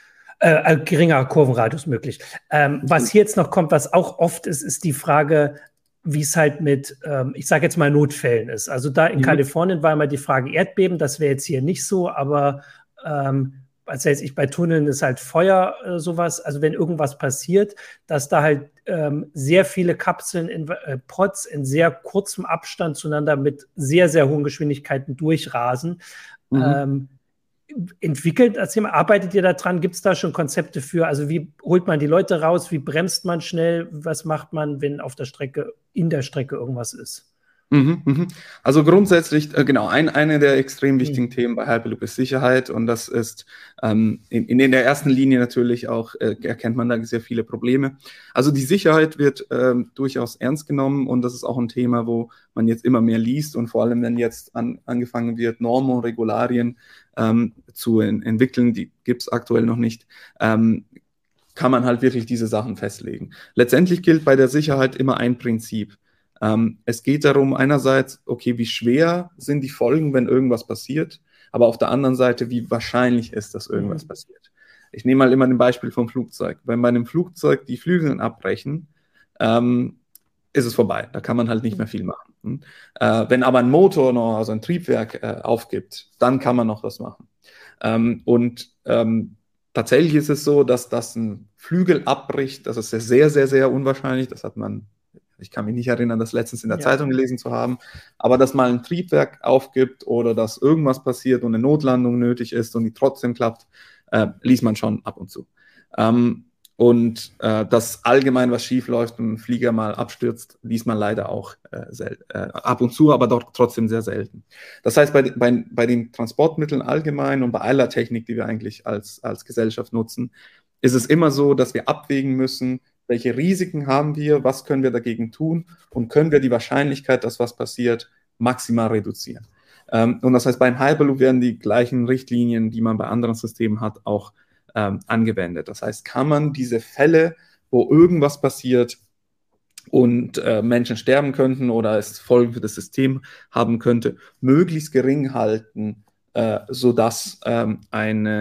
äh, geringerer Kurvenradius möglich. Ähm, was hier jetzt noch kommt, was auch oft ist, ist die Frage, wie es halt mit, ähm, ich sage jetzt mal, Notfällen ist. Also da in mhm. Kalifornien war immer die Frage Erdbeben, das wäre jetzt hier nicht so, aber ähm, als jetzt ich bei Tunneln ist halt Feuer, äh, sowas, also wenn irgendwas passiert, dass da halt ähm, sehr viele Kapseln in äh, Pods in sehr kurzem Abstand zueinander mit sehr, sehr hohen Geschwindigkeiten durchrasen. Mhm. Ähm, entwickelt das Thema, arbeitet ihr da dran? Gibt es da schon Konzepte für? Also wie holt man die Leute raus? Wie bremst man schnell? Was macht man, wenn auf der Strecke, in der Strecke irgendwas ist? Mhm, mhm. Also grundsätzlich, äh, genau, ein, eine der extrem wichtigen mhm. Themen bei Hyperloop ist Sicherheit und das ist ähm, in, in der ersten Linie natürlich auch, äh, erkennt man da sehr viele Probleme. Also die Sicherheit wird ähm, durchaus ernst genommen und das ist auch ein Thema, wo man jetzt immer mehr liest und vor allem, wenn jetzt an, angefangen wird, Normen und Regularien ähm, zu en- entwickeln, die gibt es aktuell noch nicht, ähm, kann man halt wirklich diese Sachen festlegen. Letztendlich gilt bei der Sicherheit immer ein Prinzip. Ähm, es geht darum, einerseits, okay, wie schwer sind die Folgen, wenn irgendwas passiert, aber auf der anderen Seite, wie wahrscheinlich ist, dass irgendwas mhm. passiert. Ich nehme mal immer ein Beispiel vom Flugzeug. Wenn bei einem Flugzeug die Flügel abbrechen, ähm, ist es vorbei. Da kann man halt nicht mehr viel machen. Hm? Äh, wenn aber ein Motor noch, also ein Triebwerk äh, aufgibt, dann kann man noch was machen. Ähm, und ähm, tatsächlich ist es so, dass das ein Flügel abbricht. Das ist sehr, sehr, sehr unwahrscheinlich. Das hat man Ich kann mich nicht erinnern, das letztens in der ja. Zeitung gelesen zu haben, aber dass mal ein Triebwerk aufgibt oder dass irgendwas passiert und eine Notlandung nötig ist und die trotzdem klappt, äh, liest man schon ab und zu. Ähm, und äh, dass allgemein was schief läuft und ein Flieger mal abstürzt, liest man leider auch äh, sel- äh, ab und zu, aber doch trotzdem sehr selten. Das heißt, bei, bei, bei den Transportmitteln allgemein und bei aller Technik, die wir eigentlich als, als Gesellschaft nutzen, ist es immer so, dass wir abwägen müssen, welche Risiken haben wir, was können wir dagegen tun und können wir die Wahrscheinlichkeit, dass was passiert, maximal reduzieren. Ähm, und das heißt, beim Hyperloop werden die gleichen Richtlinien, die man bei anderen Systemen hat, auch ähm, angewendet. Das heißt, kann man diese Fälle, wo irgendwas passiert und äh, Menschen sterben könnten oder es Folgen für das System haben könnte, möglichst gering halten, äh, sodass ähm, eine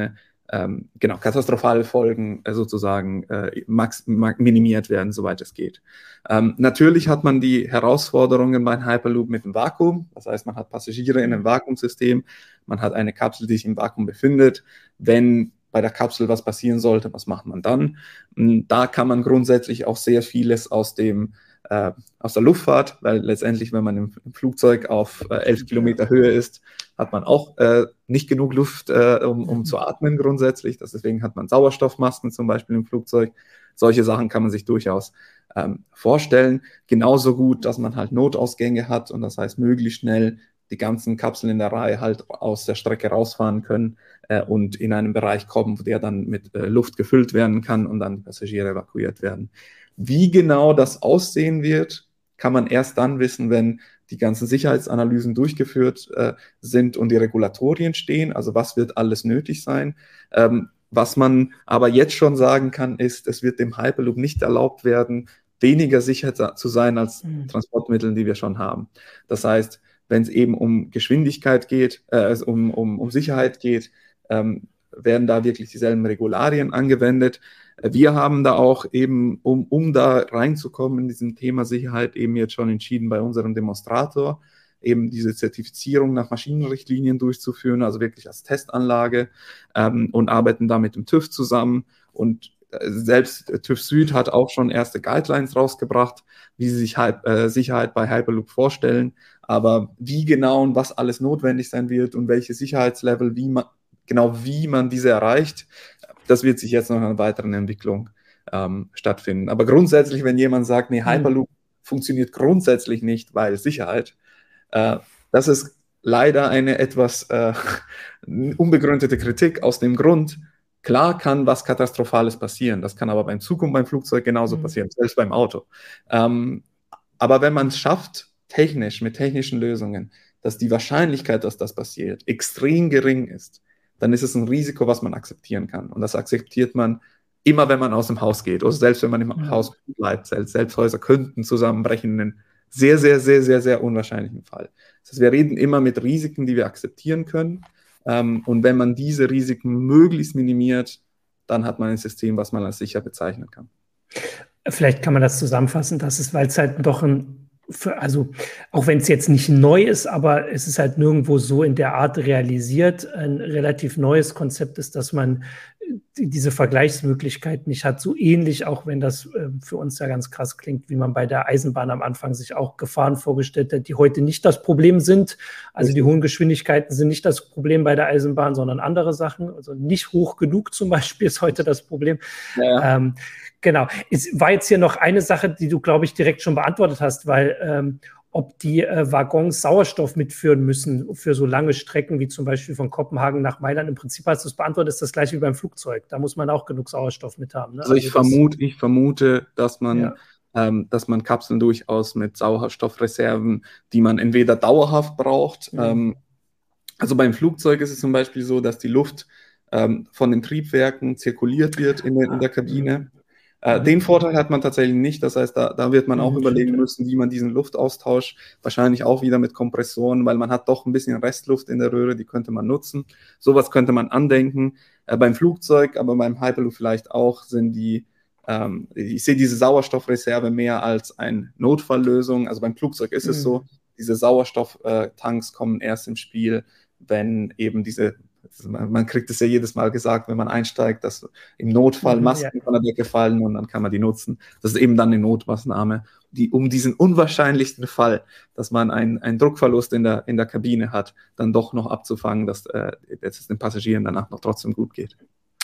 ähm, genau, katastrophale Folgen äh, sozusagen äh, max, max, minimiert werden, soweit es geht. Ähm, natürlich hat man die Herausforderungen bei Hyperloop mit dem Vakuum. Das heißt, man hat Passagiere in einem Vakuumsystem, man hat eine Kapsel, die sich im Vakuum befindet. Wenn bei der Kapsel was passieren sollte, was macht man dann? Da kann man grundsätzlich auch sehr vieles aus dem äh, aus der Luftfahrt, weil letztendlich, wenn man im, im Flugzeug auf äh, elf Kilometer Höhe ist, hat man auch äh, nicht genug Luft, äh, um, um zu atmen grundsätzlich. Das, deswegen hat man Sauerstoffmasken zum Beispiel im Flugzeug. Solche Sachen kann man sich durchaus ähm, vorstellen. Genauso gut, dass man halt Notausgänge hat und das heißt, möglichst schnell die ganzen Kapseln in der Reihe halt aus der Strecke rausfahren können äh, und in einen Bereich kommen, der dann mit äh, Luft gefüllt werden kann und dann die Passagiere evakuiert werden. Wie genau das aussehen wird, kann man erst dann wissen, wenn die ganzen Sicherheitsanalysen durchgeführt äh, sind und die Regulatorien stehen. Also was wird alles nötig sein? Ähm, was man aber jetzt schon sagen kann, ist, es wird dem Hyperloop nicht erlaubt werden, weniger sicher zu sein als mhm. Transportmittel, die wir schon haben. Das heißt, wenn es eben um Geschwindigkeit geht, äh, also um, um, um Sicherheit geht, ähm, werden da wirklich dieselben Regularien angewendet. Wir haben da auch eben, um, um da reinzukommen in diesem Thema Sicherheit, eben jetzt schon entschieden, bei unserem Demonstrator eben diese Zertifizierung nach Maschinenrichtlinien durchzuführen, also wirklich als Testanlage ähm, und arbeiten da mit dem TÜV zusammen. Und äh, selbst TÜV Süd hat auch schon erste Guidelines rausgebracht, wie sie sich äh, Sicherheit bei Hyperloop vorstellen. Aber wie genau und was alles notwendig sein wird und welche Sicherheitslevel, wie man, genau wie man diese erreicht, das wird sich jetzt noch in einer weiteren Entwicklung ähm, stattfinden. Aber grundsätzlich, wenn jemand sagt, nee, Hyperloop mhm. funktioniert grundsätzlich nicht, weil Sicherheit, äh, das ist leider eine etwas äh, unbegründete Kritik aus dem Grund, klar kann was Katastrophales passieren, das kann aber beim Zug und beim Flugzeug genauso mhm. passieren, selbst beim Auto. Ähm, aber wenn man es schafft, technisch, mit technischen Lösungen, dass die Wahrscheinlichkeit, dass das passiert, extrem gering ist, dann ist es ein Risiko, was man akzeptieren kann. Und das akzeptiert man immer, wenn man aus dem Haus geht. Oder selbst wenn man im ja. Haus bleibt. Selbst, selbst Häuser könnten zusammenbrechen in einem sehr, sehr, sehr, sehr, sehr unwahrscheinlichen Fall. Das heißt, wir reden immer mit Risiken, die wir akzeptieren können. Ähm, und wenn man diese Risiken möglichst minimiert, dann hat man ein System, was man als sicher bezeichnen kann. Vielleicht kann man das zusammenfassen, dass es, weil es halt doch ein Für, also auch wenn es jetzt nicht neu ist, aber es ist halt nirgendwo so in der Art realisiert, ein relativ neues Konzept ist, dass man diese Vergleichsmöglichkeit nicht hat. So ähnlich, auch wenn das äh, für uns ja ganz krass klingt, wie man bei der Eisenbahn am Anfang sich auch Gefahren vorgestellt hat, die heute nicht das Problem sind. Also die hohen Geschwindigkeiten sind nicht das Problem bei der Eisenbahn, sondern andere Sachen. Also nicht hoch genug zum Beispiel ist heute das Problem. Ja. Ähm, Genau. Es war jetzt hier noch eine Sache, die du, glaube ich, direkt schon beantwortet hast, weil ähm, ob die äh, Waggons Sauerstoff mitführen müssen für so lange Strecken, wie zum Beispiel von Kopenhagen nach Mailand. Im Prinzip hast du es beantwortet, ist das gleiche wie beim Flugzeug. Da muss man auch genug Sauerstoff mit haben. Ne? Also ich, also vermute, ich vermute, dass man, ja. ähm, dass man Kapseln durchaus mit Sauerstoffreserven, die man entweder dauerhaft braucht. Mhm. Ähm, also beim Flugzeug ist es zum Beispiel so, dass die Luft ähm, von den Triebwerken zirkuliert wird in der, in der Kabine. Mhm. Äh, den Vorteil hat man tatsächlich nicht, das heißt, da, da wird man auch mhm, überlegen müssen, wie man diesen Luftaustausch, wahrscheinlich auch wieder mit Kompressoren, weil man hat doch ein bisschen Restluft in der Röhre, die könnte man nutzen. Sowas könnte man andenken. Äh, beim Flugzeug, aber beim Hyperloop vielleicht auch, sind die, ähm, ich sehe diese Sauerstoffreserve mehr als eine Notfalllösung. Also beim Flugzeug ist mhm. es so, diese Sauerstofftanks kommen erst im Spiel, wenn eben diese man kriegt es ja jedes Mal gesagt, wenn man einsteigt, dass im Notfall Masken ja. von der Decke fallen und dann kann man die nutzen. Das ist eben dann eine Notmaßnahme, die um diesen unwahrscheinlichsten Fall, dass man einen, einen Druckverlust in der, in der Kabine hat, dann doch noch abzufangen, dass äh, es den Passagieren danach noch trotzdem gut geht.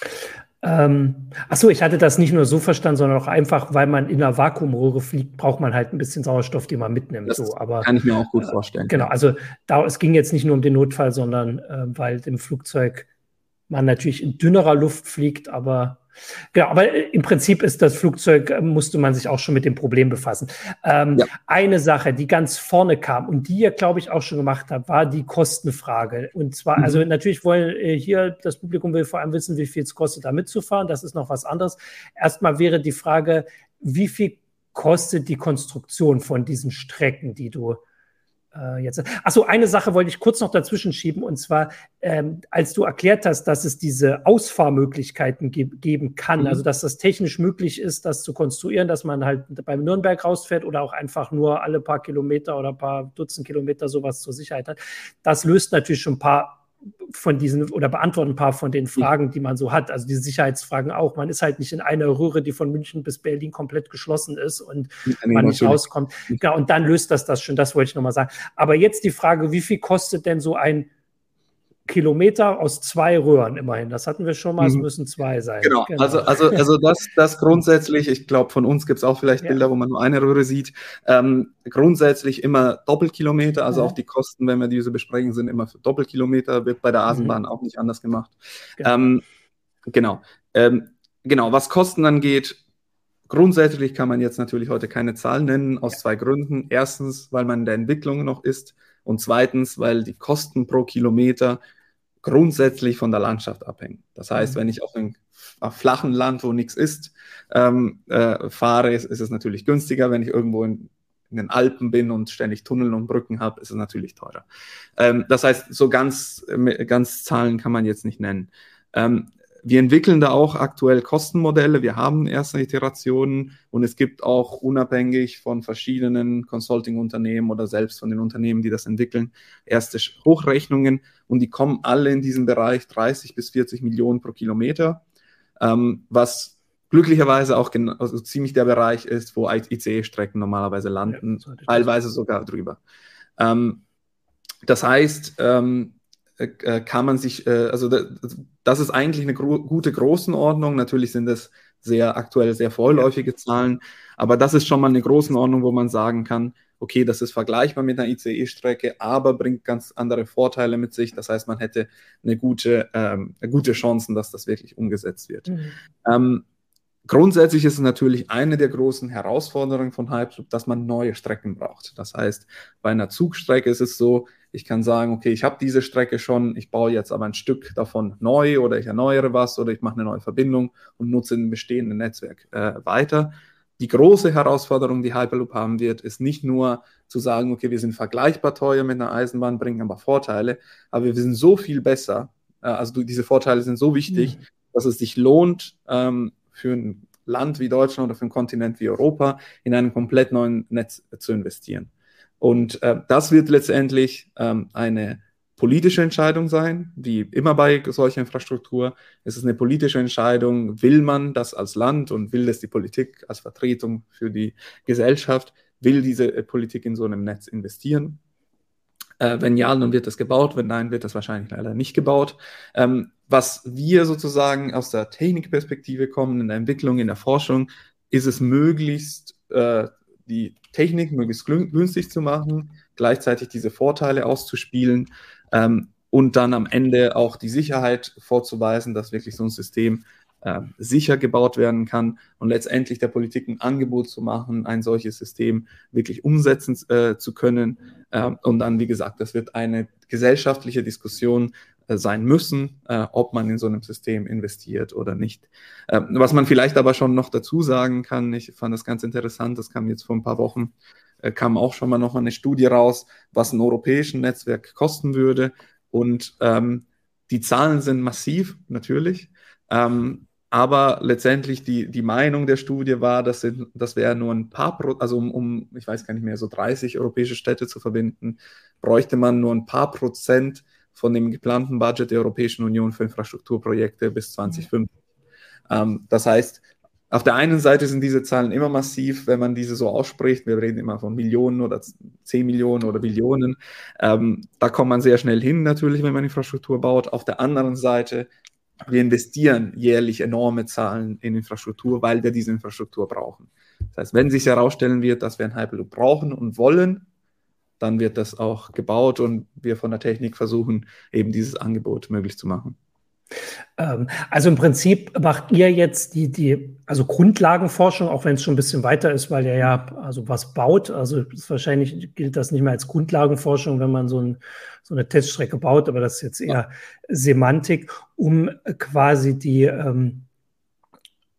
Ähm, achso, ich hatte das nicht nur so verstanden, sondern auch einfach, weil man in einer Vakuumröhre fliegt, braucht man halt ein bisschen Sauerstoff, den man mitnimmt. Das so, aber, kann ich mir auch gut äh, vorstellen. Genau, also da, es ging jetzt nicht nur um den Notfall, sondern äh, weil im Flugzeug man natürlich in dünnerer Luft fliegt, aber genau, aber im Prinzip ist das Flugzeug, musste man sich auch schon mit dem Problem befassen. Ähm, ja. Eine Sache, die ganz vorne kam und die ihr, glaube ich, auch schon gemacht habt, war die Kostenfrage. Und zwar, mhm. also natürlich wollen äh, hier, das Publikum will vor allem wissen, wie viel es kostet, da mitzufahren. Das ist noch was anderes. Erstmal wäre die Frage, wie viel kostet die Konstruktion von diesen Strecken, die du äh, jetzt. Achso, eine Sache wollte ich kurz noch dazwischen schieben, und zwar, ähm, als du erklärt hast, dass es diese Ausfahrmöglichkeiten ge- geben kann, Mhm. also dass das technisch möglich ist, das zu konstruieren, dass man halt beim Nürnberg rausfährt oder auch einfach nur alle paar Kilometer oder paar Dutzend Kilometer sowas zur Sicherheit hat. Das löst natürlich schon ein paar von diesen oder beantworten ein paar von den Fragen, die man so hat. Also diese Sicherheitsfragen auch. Man ist halt nicht in einer Röhre, die von München bis Berlin komplett geschlossen ist und Nee, man nicht natürlich. rauskommt. Ja, und dann löst das das schon. Das wollte ich nochmal sagen. Aber jetzt die Frage, wie viel kostet denn so ein Kilometer aus zwei Röhren immerhin? Das hatten wir schon mal, es Mhm. müssen zwei sein. Genau, also, also, also das, das grundsätzlich, ich glaube, von uns gibt es auch vielleicht Ja. Bilder, wo man nur eine Röhre sieht. Ähm, grundsätzlich immer Doppelkilometer, also Ja. auch die Kosten, wenn wir diese besprechen, sind immer für Doppelkilometer, wird bei der Eisenbahn auch nicht anders gemacht. Genau. Ähm, genau. Ähm, genau, was Kosten angeht, grundsätzlich kann man jetzt natürlich heute keine Zahlen nennen, aus zwei Gründen. Erstens, weil man in der Entwicklung noch ist, und zweitens, weil die Kosten pro Kilometer grundsätzlich von der Landschaft abhängen. Das heißt, Mhm. wenn ich auf einem auf flachen Land, wo nichts ist, ähm, äh, fahre, ist, ist es natürlich günstiger. Wenn ich irgendwo in, in den Alpen bin und ständig Tunnel und Brücken habe, ist es natürlich teurer. Ähm, das heißt, so ganz, äh, ganz Zahlen kann man jetzt nicht nennen. Ähm, wir entwickeln da auch aktuell Kostenmodelle. Wir haben erste Iterationen und es gibt auch unabhängig von verschiedenen Consulting-Unternehmen oder selbst von den Unternehmen, die das entwickeln, erste Hochrechnungen und die kommen alle in diesem Bereich dreißig bis vierzig Millionen pro Kilometer, ähm, was glücklicherweise auch gen- also ziemlich der Bereich ist, wo I C E-Strecken normalerweise landen, Ja, teilweise sogar drüber. Ähm, das heißt, ähm, äh, kann man sich, äh, also da, das ist eigentlich eine gro- gute Größenordnung. Natürlich sind es sehr aktuell sehr vorläufige Zahlen, aber das ist schon mal eine Größenordnung, wo man sagen kann, okay, das ist vergleichbar mit einer I C E-Strecke, aber bringt ganz andere Vorteile mit sich. Das heißt, man hätte eine gute, ähm, eine gute Chancen, dass das wirklich umgesetzt wird. Mhm. Ähm, Grundsätzlich ist es natürlich eine der großen Herausforderungen von Hyperloop, dass man neue Strecken braucht. Das heißt, bei einer Zugstrecke ist es so, ich kann sagen, okay, ich habe diese Strecke schon, ich baue jetzt aber ein Stück davon neu oder ich erneuere was oder ich mache eine neue Verbindung und nutze ein bestehendes Netzwerk äh, weiter. Die große Herausforderung, die Hyperloop haben wird, ist nicht nur zu sagen, okay, wir sind vergleichbar teuer mit einer Eisenbahn, bringen aber Vorteile, aber wir sind so viel besser, äh, also diese Vorteile sind so wichtig, Mhm. dass es sich lohnt, ähm, für ein Land wie Deutschland oder für einen Kontinent wie Europa in einen komplett neuen Netz zu investieren. Und äh, das wird letztendlich ähm, eine politische Entscheidung sein, wie immer bei solcher Infrastruktur. Es ist eine politische Entscheidung, will man das als Land und will das die Politik als Vertretung für die Gesellschaft, will diese äh, Politik in so einem Netz investieren? Äh, wenn ja, dann wird das gebaut. Wenn nein, wird das wahrscheinlich leider nicht gebaut. Ähm, was wir sozusagen aus der Technikperspektive kommen, in der Entwicklung, in der Forschung, ist es möglichst, äh, die Technik möglichst günstig zu machen, gleichzeitig diese Vorteile auszuspielen ähm, und dann am Ende auch die Sicherheit vorzuweisen, dass wirklich so ein System äh, sicher gebaut werden kann und letztendlich der Politik ein Angebot zu machen, ein solches System wirklich umsetzen äh, zu können. Äh, und dann, wie gesagt, das wird eine gesellschaftliche Diskussion äh, sein müssen, äh, ob man in so einem System investiert oder nicht. Äh, was man vielleicht aber schon noch dazu sagen kann, ich fand das ganz interessant, das kam jetzt vor ein paar Wochen, äh, kam auch schon mal noch eine Studie raus, was ein europäisches Netzwerk kosten würde. Und ähm, die Zahlen sind massiv, natürlich. Ähm, aber letztendlich die, die Meinung der Studie war, dass sind, das wäre nur ein paar, Pro, also um, um, ich weiß gar nicht mehr, so dreißig europäische Städte zu verbinden, bräuchte man nur ein paar Prozent von dem geplanten Budget der Europäischen Union für Infrastrukturprojekte bis zwanzig fünfzig. Ähm, das heißt, auf der einen Seite sind diese Zahlen immer massiv, wenn man diese so ausspricht. Wir reden immer von Millionen oder zehn Millionen oder Billionen. Ähm, da kommt man sehr schnell hin, natürlich, wenn man Infrastruktur baut. Auf der anderen Seite, wir investieren jährlich enorme Zahlen in Infrastruktur, weil wir diese Infrastruktur brauchen. Das heißt, wenn sich herausstellen wird, dass wir ein Hyperloop brauchen und wollen, dann wird das auch gebaut und wir von der Technik versuchen, eben dieses Angebot möglich zu machen. Ähm, also im Prinzip macht ihr jetzt die, die also Grundlagenforschung, auch wenn es schon ein bisschen weiter ist, weil ihr ja also was baut. Also ist wahrscheinlich gilt das nicht mehr als Grundlagenforschung, wenn man so, ein, so eine Teststrecke baut, aber das ist jetzt eher Semantik, um quasi die ähm,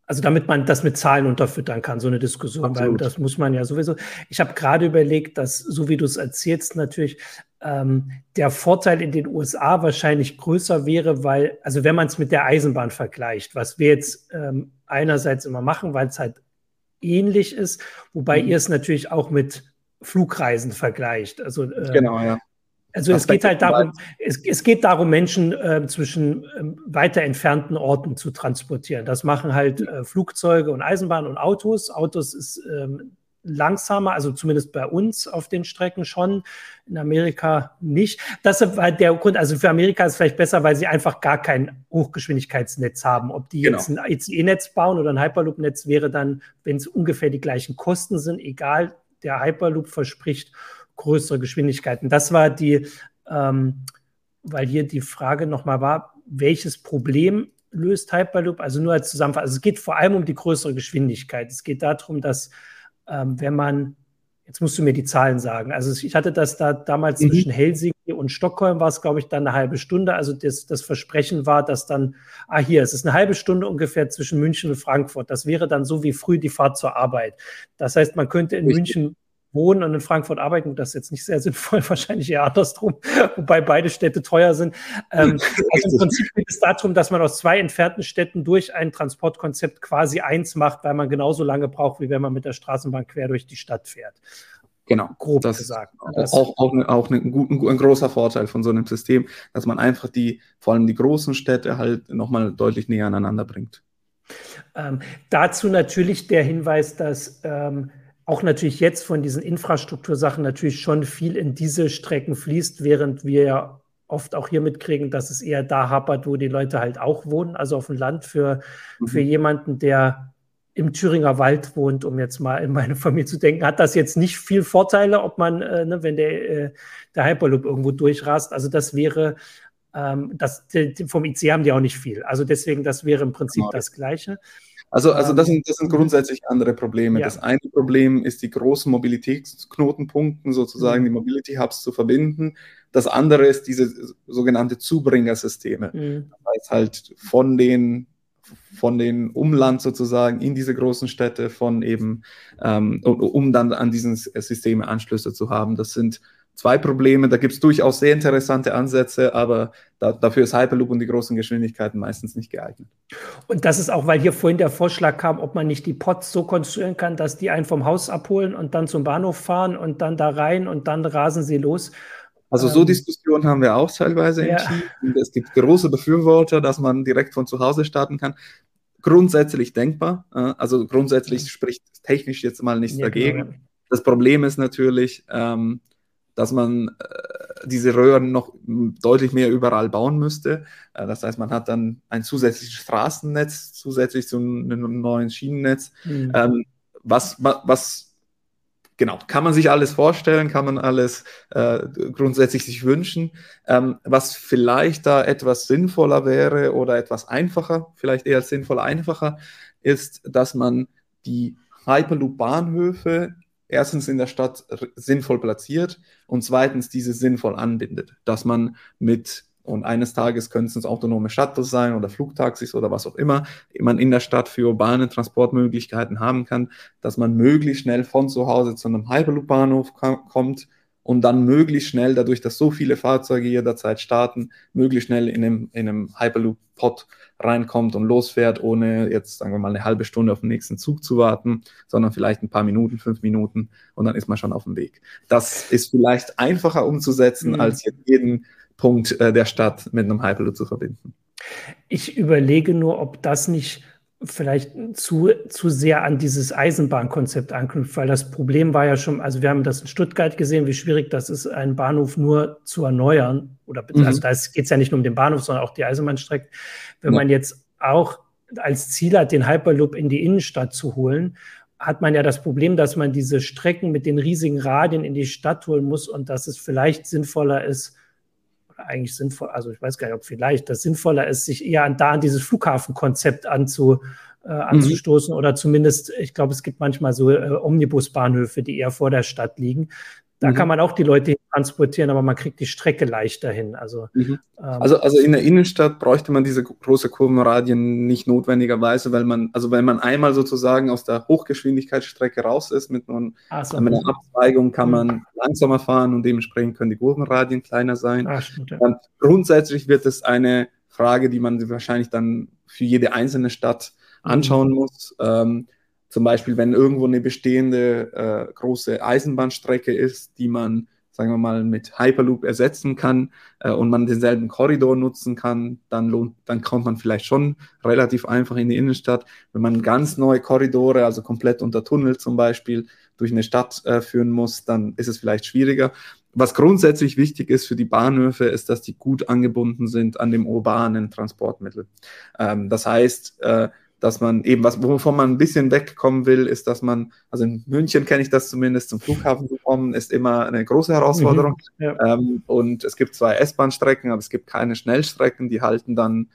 Also damit man das mit Zahlen unterfüttern kann, so eine Diskussion, Absolut. Weil das muss man ja sowieso. Ich habe gerade überlegt, dass, so wie du es erzählst, natürlich ähm, der Vorteil in den U S A wahrscheinlich größer wäre, weil, also wenn man es mit der Eisenbahn vergleicht, was wir jetzt ähm, einerseits immer machen, weil es halt ähnlich ist, wobei mhm. ihr es natürlich auch mit Flugreisen vergleicht. Also ähm, genau, ja. Also es geht halt darum, es, es geht darum, Menschen äh, zwischen äh, weiter entfernten Orten zu transportieren. Das machen halt äh, Flugzeuge und Eisenbahnen und Autos. Autos ist ähm, langsamer, also zumindest bei uns auf den Strecken schon, in Amerika nicht. Das war der Grund, also für Amerika ist es vielleicht besser, weil sie einfach gar kein Hochgeschwindigkeitsnetz haben. Ob die genau. jetzt ein I C E-Netz bauen oder ein Hyperloop-Netz wäre dann, wenn es ungefähr die gleichen Kosten sind, egal, der Hyperloop verspricht größere Geschwindigkeiten. Das war die, ähm, weil hier die Frage nochmal war, welches Problem löst Hyperloop? Also nur als Zusammenfassung. Also es geht vor allem um die größere Geschwindigkeit. Es geht darum, dass ähm, wenn man, jetzt musst du mir die Zahlen sagen, also ich hatte das da damals mhm. zwischen Helsinki und Stockholm war es, glaube ich, dann eine halbe Stunde. Also das, das Versprechen war, dass dann, ah hier, es ist eine halbe Stunde ungefähr zwischen München und Frankfurt. Das wäre dann so wie früh die Fahrt zur Arbeit. Das heißt, man könnte in Richtig. München wohnen und in Frankfurt arbeiten. Das ist jetzt nicht sehr sinnvoll, wahrscheinlich eher andersrum, wobei beide Städte teuer sind. Ähm, also im Prinzip geht es darum, dass man aus zwei entfernten Städten durch ein Transportkonzept quasi eins macht, weil man genauso lange braucht, wie wenn man mit der Straßenbahn quer durch die Stadt fährt. Genau, grob das gesagt. ist auch, auch, auch, auch ein, ein, ein großer Vorteil von so einem System, dass man einfach die, vor allem die großen Städte halt nochmal deutlich näher aneinander bringt. Ähm, dazu natürlich der Hinweis, dass ähm, auch natürlich jetzt von diesen Infrastruktursachen natürlich schon viel in diese Strecken fließt, während wir ja oft auch hier mitkriegen, dass es eher da hapert, wo die Leute halt auch wohnen, also auf dem Land für, mhm. für jemanden, der im Thüringer Wald wohnt, um jetzt mal in meine Familie zu denken, hat das jetzt nicht viel Vorteile, ob man, äh, ne, wenn der, äh, der Hyperloop irgendwo durchrast. Also das wäre, ähm, das, die, vom I C E haben die auch nicht viel. Also deswegen, das wäre im Prinzip genau. das Gleiche. Also, also das sind, das sind grundsätzlich andere Probleme. Ja. Das eine Problem ist, die großen Mobilitätsknotenpunkten, sozusagen mhm. die Mobility Hubs zu verbinden. Das andere ist diese sogenannte Zubringersysteme. Mhm. Das heißt halt von den, von den Umland sozusagen in diese großen Städte, von eben, ähm, um dann an diesen Systeme Anschlüsse zu haben. Das sind zwei Probleme, da gibt es durchaus sehr interessante Ansätze, aber da, dafür ist Hyperloop und die großen Geschwindigkeiten meistens nicht geeignet. Und das ist auch, weil hier vorhin der Vorschlag kam, ob man nicht die Pods so konstruieren kann, dass die einen vom Haus abholen und dann zum Bahnhof fahren und dann da rein und dann rasen sie los. Also so ähm, Diskussionen haben wir auch teilweise ja. im Team. Es gibt große Befürworter, dass man direkt von zu Hause starten kann. Grundsätzlich denkbar, also grundsätzlich ja. spricht technisch jetzt mal nichts ja, dagegen. Genau. Das Problem ist natürlich, ähm, dass man äh, diese Röhren noch deutlich mehr überall bauen müsste. Äh, das heißt, man hat dann ein zusätzliches Straßennetz, zusätzlich zu einem neuen Schienennetz. Mhm. Ähm, was, was, genau, kann man sich alles vorstellen, kann man alles äh, grundsätzlich sich wünschen. Ähm, was vielleicht da etwas sinnvoller wäre oder etwas einfacher, vielleicht eher sinnvoll einfacher, ist, dass man die Hyperloop-Bahnhöfe erstens in der Stadt sinnvoll platziert und zweitens diese sinnvoll anbindet, dass man mit, und eines Tages können es autonome Shuttles sein oder Flugtaxis oder was auch immer, man in der Stadt für urbane Transportmöglichkeiten haben kann, dass man möglichst schnell von zu Hause zu einem Hyperloop-Bahnhof kommt und dann möglichst schnell, dadurch, dass so viele Fahrzeuge jederzeit starten, möglichst schnell in einem, in einem Hyperloop-Pod reinkommt und losfährt, ohne jetzt, sagen wir mal, eine halbe Stunde auf den nächsten Zug zu warten, sondern vielleicht ein paar Minuten, fünf Minuten und dann ist man schon auf dem Weg. Das ist vielleicht einfacher umzusetzen, mhm. als jetzt jeden Punkt äh, der Stadt mit einem Hyperloop zu verbinden. Ich überlege nur, ob das nicht vielleicht zu, zu sehr an dieses Eisenbahnkonzept anknüpft, weil das Problem war ja schon, also wir haben das in Stuttgart gesehen, wie schwierig das ist, einen Bahnhof nur zu erneuern. Oder, mhm. Also da geht es ja nicht nur um den Bahnhof, sondern auch die Eisenbahnstrecke. Wenn ja. man jetzt auch als Ziel hat, den Hyperloop in die Innenstadt zu holen, hat man ja das Problem, dass man diese Strecken mit den riesigen Radien in die Stadt holen muss und dass es vielleicht sinnvoller ist, eigentlich sinnvoll, also ich weiß gar nicht, ob vielleicht das sinnvoller ist, sich eher an, da an dieses Flughafenkonzept anzu, äh, anzustoßen mhm. oder zumindest, ich glaube, es gibt manchmal so äh, Omnibusbahnhöfe, die eher vor der Stadt liegen. Da Mhm. kann man auch die Leute transportieren, aber man kriegt die Strecke leichter hin. Also, Mhm. ähm, Also, also in der Innenstadt bräuchte man diese große Kurvenradien nicht notwendigerweise, weil man, also wenn man einmal sozusagen aus der Hochgeschwindigkeitsstrecke raus ist mit, nur, ach so. mit einer Abzweigung, kann Mhm. man langsamer fahren und dementsprechend können die Kurvenradien kleiner sein. Ah, stimmt, ja. Ähm, grundsätzlich wird es eine Frage, die man wahrscheinlich dann für jede einzelne Stadt anschauen Mhm. muss. Ähm, zum Beispiel, wenn irgendwo eine bestehende äh, große Eisenbahnstrecke ist, die man, sagen wir mal, mit Hyperloop ersetzen kann äh, und man denselben Korridor nutzen kann, dann lohnt, dann kommt man vielleicht schon relativ einfach in die Innenstadt. Wenn man ganz neue Korridore, also komplett unter Tunnel zum Beispiel, durch eine Stadt äh, führen muss, dann ist es vielleicht schwieriger. Was grundsätzlich wichtig ist für die Bahnhöfe, ist, dass die gut angebunden sind an dem urbanen Transportmittel. Ähm, das heißt, äh, dass man eben, was, wovon man ein bisschen wegkommen will, ist, dass man, also in München kenne ich das zumindest, zum Flughafen zu kommen, ist immer eine große Herausforderung. Mhm. Ja. Ähm, und es gibt zwei S-Bahn-Strecken, aber es gibt keine Schnellstrecken, die halten dann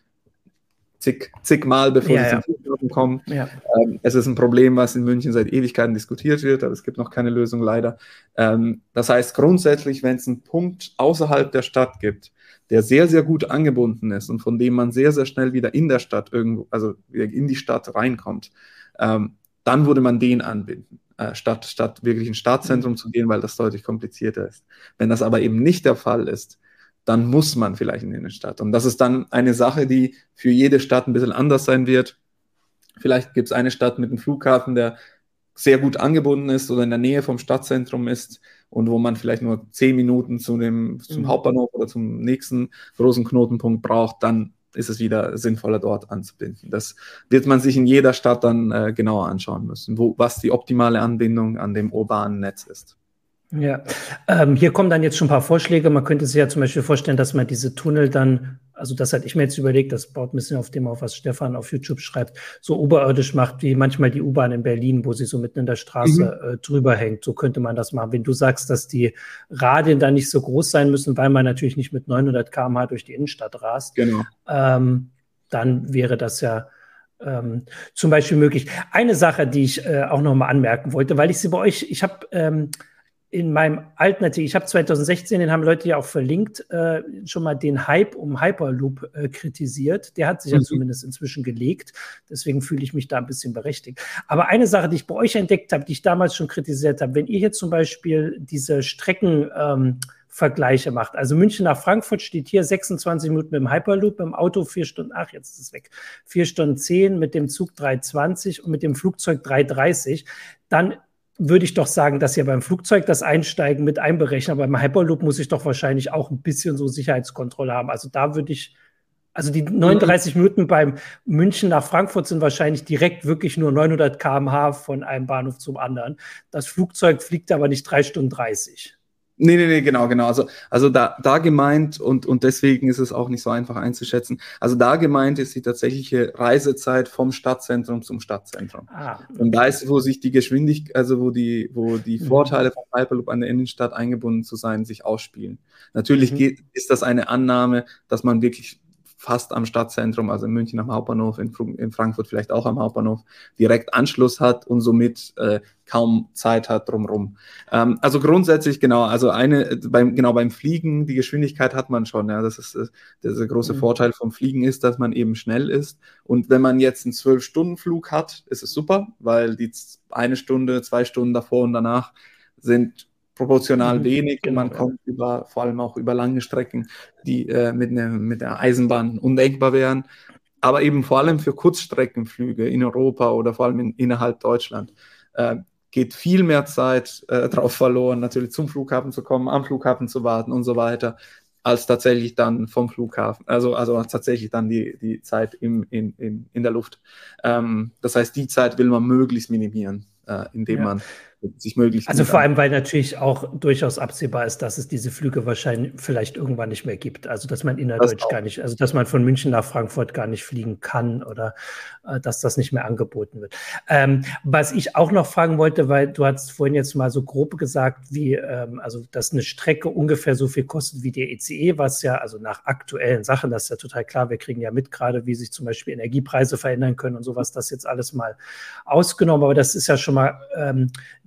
zig, zig Mal, bevor Ja, sie ja. zum Flughafen kommen. Ja. Ähm, es ist ein Problem, was in München seit Ewigkeiten diskutiert wird, aber es gibt noch keine Lösung leider. Ähm, das heißt, grundsätzlich, wenn es einen Punkt außerhalb der Stadt gibt, der sehr, sehr gut angebunden ist und von dem man sehr, sehr schnell wieder in der Stadt irgendwo, also wieder in die Stadt reinkommt, ähm, dann würde man den anbinden, äh, statt, statt wirklich ins Stadtzentrum Mhm. zu gehen, weil das deutlich komplizierter ist. Wenn das aber eben nicht der Fall ist, dann muss man vielleicht in die Innenstadt. Und das ist dann eine Sache, die für jede Stadt ein bisschen anders sein wird. Vielleicht gibt es eine Stadt mit einem Flughafen, der sehr gut angebunden ist oder in der Nähe vom Stadtzentrum ist und wo man vielleicht nur zehn Minuten zu dem, zum Mhm. Hauptbahnhof oder zum nächsten großen Knotenpunkt braucht, dann ist es wieder sinnvoller, dort anzubinden. Das wird man sich in jeder Stadt dann äh, genauer anschauen müssen, wo, was die optimale Anbindung an dem urbanen Netz ist. Ja, ähm, hier kommen dann jetzt schon ein paar Vorschläge. Man könnte sich ja zum Beispiel vorstellen, dass man diese Tunnel dann, also das hatte ich mir jetzt überlegt, das baut ein bisschen auf dem auf, was Stefan auf YouTube schreibt, so oberirdisch macht, wie manchmal die U-Bahn in Berlin, wo sie so mitten in der Straße Mhm. äh, drüber hängt. So könnte man das machen. Wenn du sagst, dass die Radien dann nicht so groß sein müssen, weil man natürlich nicht mit neunhundert Kilometer pro Stunde durch die Innenstadt rast, Genau. ähm, dann wäre das ja ähm, zum Beispiel möglich. Eine Sache, die ich äh, auch noch mal anmerken wollte, weil ich sie bei euch, ich habe ähm, in meinem alten Artikel, ich habe zwanzig sechzehn, den haben Leute ja auch verlinkt, äh, schon mal den Hype um Hyperloop äh, kritisiert. Der hat sich Mhm. ja zumindest inzwischen gelegt. Deswegen fühle ich mich da ein bisschen berechtigt. Aber eine Sache, die ich bei euch entdeckt habe, die ich damals schon kritisiert habe, wenn ihr jetzt zum Beispiel diese Strecken ähm, Vergleiche macht. Also München nach Frankfurt steht hier sechsundzwanzig Minuten mit dem Hyperloop, im Auto vier Stunden, ach, jetzt ist es weg, vier Stunden zehn, mit dem Zug drei zwanzig und mit dem Flugzeug drei dreißig. Dann würde ich doch sagen, dass ihr beim Flugzeug das Einsteigen mit einberechnet, aber beim Hyperloop muss ich doch wahrscheinlich auch ein bisschen so Sicherheitskontrolle haben. Also da würde ich, also die neununddreißig Minuten beim München nach Frankfurt sind wahrscheinlich direkt wirklich nur neunhundert Kilometer pro Stunde von einem Bahnhof zum anderen. Das Flugzeug fliegt aber nicht drei Stunden dreißig. Nee, nee, nee, genau, genau. Also, also da, da gemeint, und, und deswegen ist es auch nicht so einfach einzuschätzen. Also da gemeint ist die tatsächliche Reisezeit vom Stadtzentrum zum Stadtzentrum. Ah, Und da ist, wo sich die Geschwindigkeit, also wo die, wo die Mhm. Vorteile vom Hyperloop an der Innenstadt eingebunden zu sein, sich ausspielen. Natürlich Mhm. geht, ist das eine Annahme, dass man wirklich fast am Stadtzentrum, also in München am Hauptbahnhof, in, in Frankfurt vielleicht auch am Hauptbahnhof, direkt Anschluss hat und somit äh, kaum Zeit hat drumherum. Ähm, also grundsätzlich, genau, also eine, beim, genau beim Fliegen, die Geschwindigkeit hat man schon, ja, das ist äh, der große Mhm. Vorteil vom Fliegen ist, dass man eben schnell ist. Und wenn man jetzt einen zwölf-Stunden-Flug hat, ist es super, weil die eine Stunde, zwei Stunden davor und danach sind proportional Mhm. wenig und Genau, man ja. kommt über, vor allem auch über lange Strecken, die äh, mit, ne, mit der Eisenbahn undenkbar wären. Aber eben vor allem für Kurzstreckenflüge in Europa oder vor allem in, innerhalb Deutschland äh, geht viel mehr Zeit äh, drauf verloren, natürlich zum Flughafen zu kommen, am Flughafen zu warten und so weiter, als tatsächlich dann vom Flughafen, also, also tatsächlich dann die, die Zeit im, in, in, in der Luft. Ähm, das heißt, die Zeit will man möglichst minimieren, äh, indem Ja. man sich möglichst Also gut vor an- allem, weil natürlich auch durchaus absehbar ist, dass es diese Flüge wahrscheinlich vielleicht irgendwann nicht mehr gibt. Also dass man innerdeutsch auch. gar nicht, also dass man von München nach Frankfurt gar nicht fliegen kann oder äh, dass das nicht mehr angeboten wird. Ähm, was ich auch noch fragen wollte, weil du hast vorhin jetzt mal so grob gesagt, wie ähm, also dass eine Strecke ungefähr so viel kostet wie der I C E, was ja also nach aktuellen Sachen, das ist ja total klar, wir kriegen ja mit gerade, wie sich zum Beispiel Energiepreise verändern können und sowas, das jetzt alles mal ausgenommen, aber das ist ja schon mal ähm,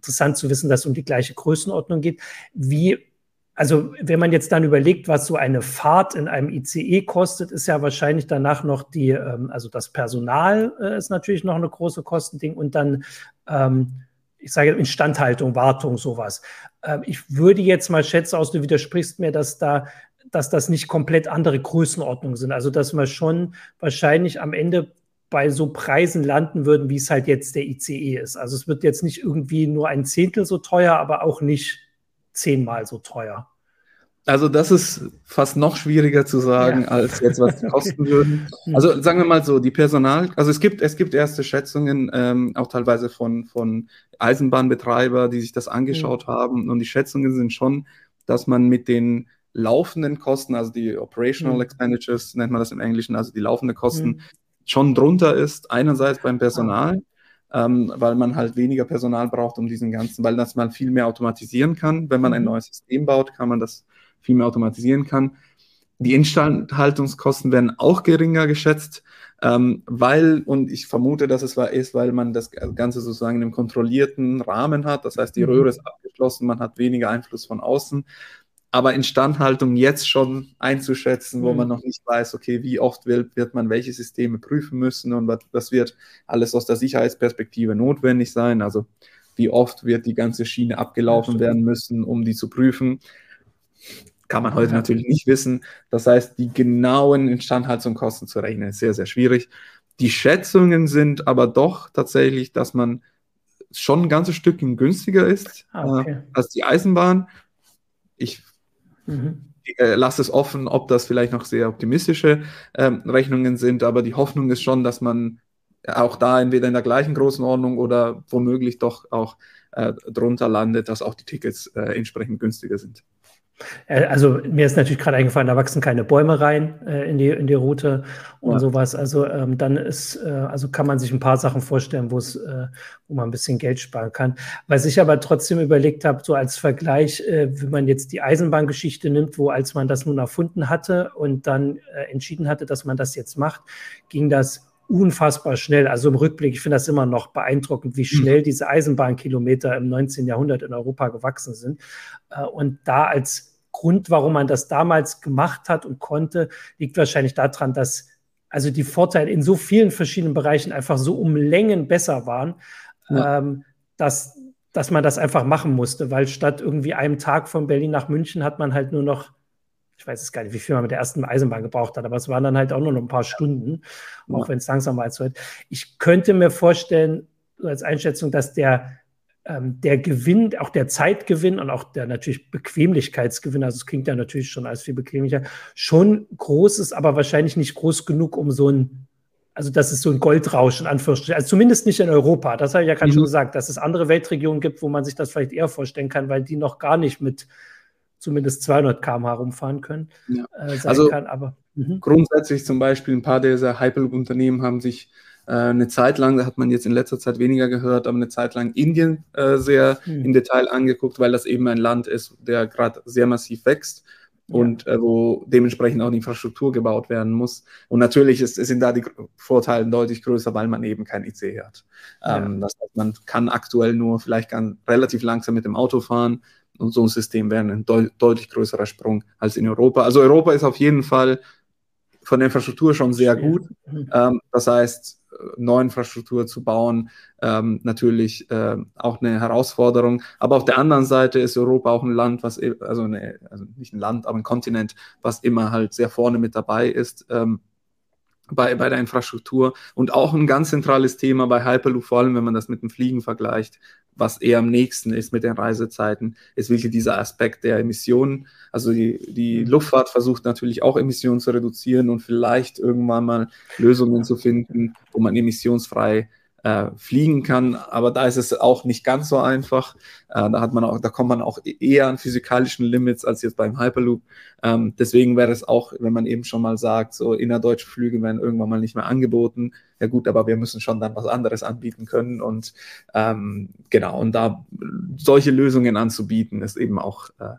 interessant zu wissen, dass es um die gleiche Größenordnung geht. Wie, also wenn man jetzt dann überlegt, was so eine Fahrt in einem I C E kostet, ist ja wahrscheinlich danach noch die, ähm, also das Personal äh, ist natürlich noch eine große Kostending und dann, ähm, ich sage Instandhaltung, Wartung, sowas. Ähm, ich würde jetzt mal schätzen, aus du widersprichst mir, dass da, dass das nicht komplett andere Größenordnungen sind. Also dass wir schon wahrscheinlich am Ende bei so Preisen landen würden, wie es halt jetzt der I C E ist. Also es wird jetzt nicht irgendwie nur ein Zehntel so teuer, aber auch nicht zehnmal so teuer. Also das ist fast noch schwieriger zu sagen, ja. als jetzt, was die kosten würden. Also sagen wir mal so, die Personal, also es gibt, es gibt erste Schätzungen, ähm, auch teilweise von, von Eisenbahnbetreiber, die sich das angeschaut mhm. haben. Und die Schätzungen sind schon, dass man mit den laufenden Kosten, also die Operational mhm. Expenditures, nennt man das im Englischen, also die laufenden Kosten, mhm. schon drunter ist. Einerseits beim Personal, ah. ähm, weil man halt weniger Personal braucht, um diesen ganzen, weil das man viel mehr automatisieren kann. Wenn man ein neues System baut, kann man das viel mehr automatisieren kann. Die Instandhaltungskosten werden auch geringer geschätzt, ähm, weil, und ich vermute, dass es ist, weil man das Ganze sozusagen in einem kontrollierten Rahmen hat. Das heißt, die Röhre ist abgeschlossen, man hat weniger Einfluss von außen. Aber Instandhaltung jetzt schon einzuschätzen, wo mhm. man noch nicht weiß, okay, wie oft wird, wird man welche Systeme prüfen müssen und was, was wird alles aus der Sicherheitsperspektive notwendig sein. Also wie oft wird die ganze Schiene abgelaufen werden müssen, um die zu prüfen. Kann man heute ja. natürlich nicht wissen. Das heißt, die genauen Instandhaltungskosten zu rechnen, ist sehr, sehr schwierig. Die Schätzungen sind aber doch tatsächlich, dass man schon ein ganzes Stückchen günstiger ist ah, okay. äh, als die Eisenbahn. Ich mhm. äh, lasse es offen, ob das vielleicht noch sehr optimistische ähm, Rechnungen sind, aber die Hoffnung ist schon, dass man auch da entweder in der gleichen Größenordnung oder womöglich doch auch äh, drunter landet, dass auch die Tickets äh, entsprechend günstiger sind. Also mir ist natürlich gerade eingefallen, da wachsen keine Bäume rein äh, in die in die Route und ja. sowas. Also ähm, dann ist, äh, also kann man sich ein paar Sachen vorstellen, wo es, äh, wo man ein bisschen Geld sparen kann. Was ich aber trotzdem überlegt habe, so als Vergleich, äh, wenn man jetzt die Eisenbahngeschichte nimmt, wo als man das nun erfunden hatte und dann äh, entschieden hatte, dass man das jetzt macht, ging das unfassbar schnell. Also im Rückblick, ich finde das immer noch beeindruckend, wie schnell diese Eisenbahnkilometer im neunzehnten Jahrhundert in Europa gewachsen sind. Und da als Grund, warum man das damals gemacht hat und konnte, liegt wahrscheinlich daran, dass also die Vorteile in so vielen verschiedenen Bereichen einfach so um Längen besser waren, ja. ähm, dass, dass man das einfach machen musste, weil statt irgendwie einem Tag von Berlin nach München hat man halt nur noch, ich weiß es gar nicht, wie viel man mit der ersten Eisenbahn gebraucht hat, aber es waren dann halt auch nur noch ein paar Stunden, ja. auch wenn es langsam war als heute. Ich könnte mir vorstellen, als Einschätzung, dass der, ähm, der Gewinn, auch der Zeitgewinn und auch der natürlich Bequemlichkeitsgewinn, also es klingt ja natürlich schon als viel bequemlicher, schon groß ist, aber wahrscheinlich nicht groß genug, um so ein, also das ist so ein Goldrausch in Anführungsstrichen, also zumindest nicht in Europa. Das habe ich ja gerade mhm. schon gesagt, dass es andere Weltregionen gibt, wo man sich das vielleicht eher vorstellen kann, weil die noch gar nicht mit zumindest zweihundert Kilometer pro Stunde rumfahren können. Ja. Äh, sein also kann, aber, mh. grundsätzlich zum Beispiel ein paar dieser Hyperloop-Unternehmen haben sich äh, eine Zeit lang, da hat man jetzt in letzter Zeit weniger gehört, aber eine Zeit lang Indien äh, sehr mhm. im Detail angeguckt, weil das eben ein Land ist, der gerade sehr massiv wächst ja. und äh, wo dementsprechend auch die Infrastruktur gebaut werden muss. Und natürlich ist, sind da die Vorteile deutlich größer, weil man eben kein I C E hat. Ähm, ja. Das heißt, man kann aktuell nur vielleicht ganz relativ langsam mit dem Auto fahren. Und so ein System wäre ein deut- deutlich größerer Sprung als in Europa. Also Europa ist auf jeden Fall von der Infrastruktur schon sehr gut. Ähm, das heißt, neue Infrastruktur zu bauen, ähm, natürlich äh, auch eine Herausforderung. Aber auf der anderen Seite ist Europa auch ein Land, was, e- also, eine, also nicht ein Land, aber ein Kontinent, was immer halt sehr vorne mit dabei ist. Ähm, Bei, bei der Infrastruktur und auch ein ganz zentrales Thema bei Hyperloop, vor allem wenn man das mit dem Fliegen vergleicht, was eher am nächsten ist mit den Reisezeiten, ist wirklich dieser Aspekt der Emissionen. Also die, die Luftfahrt versucht natürlich auch Emissionen zu reduzieren und vielleicht irgendwann mal Lösungen zu finden, wo man emissionsfrei äh, fliegen kann, aber da ist es auch nicht ganz so einfach. Äh, da hat man auch, da kommt man auch eher an physikalischen Limits als jetzt beim Hyperloop. Ähm, deswegen wäre es auch, wenn man eben schon mal sagt, so innerdeutsche Flüge werden irgendwann mal nicht mehr angeboten. Ja gut, aber wir müssen schon dann was anderes anbieten können und ähm, genau, und da solche Lösungen anzubieten, ist eben auch, äh,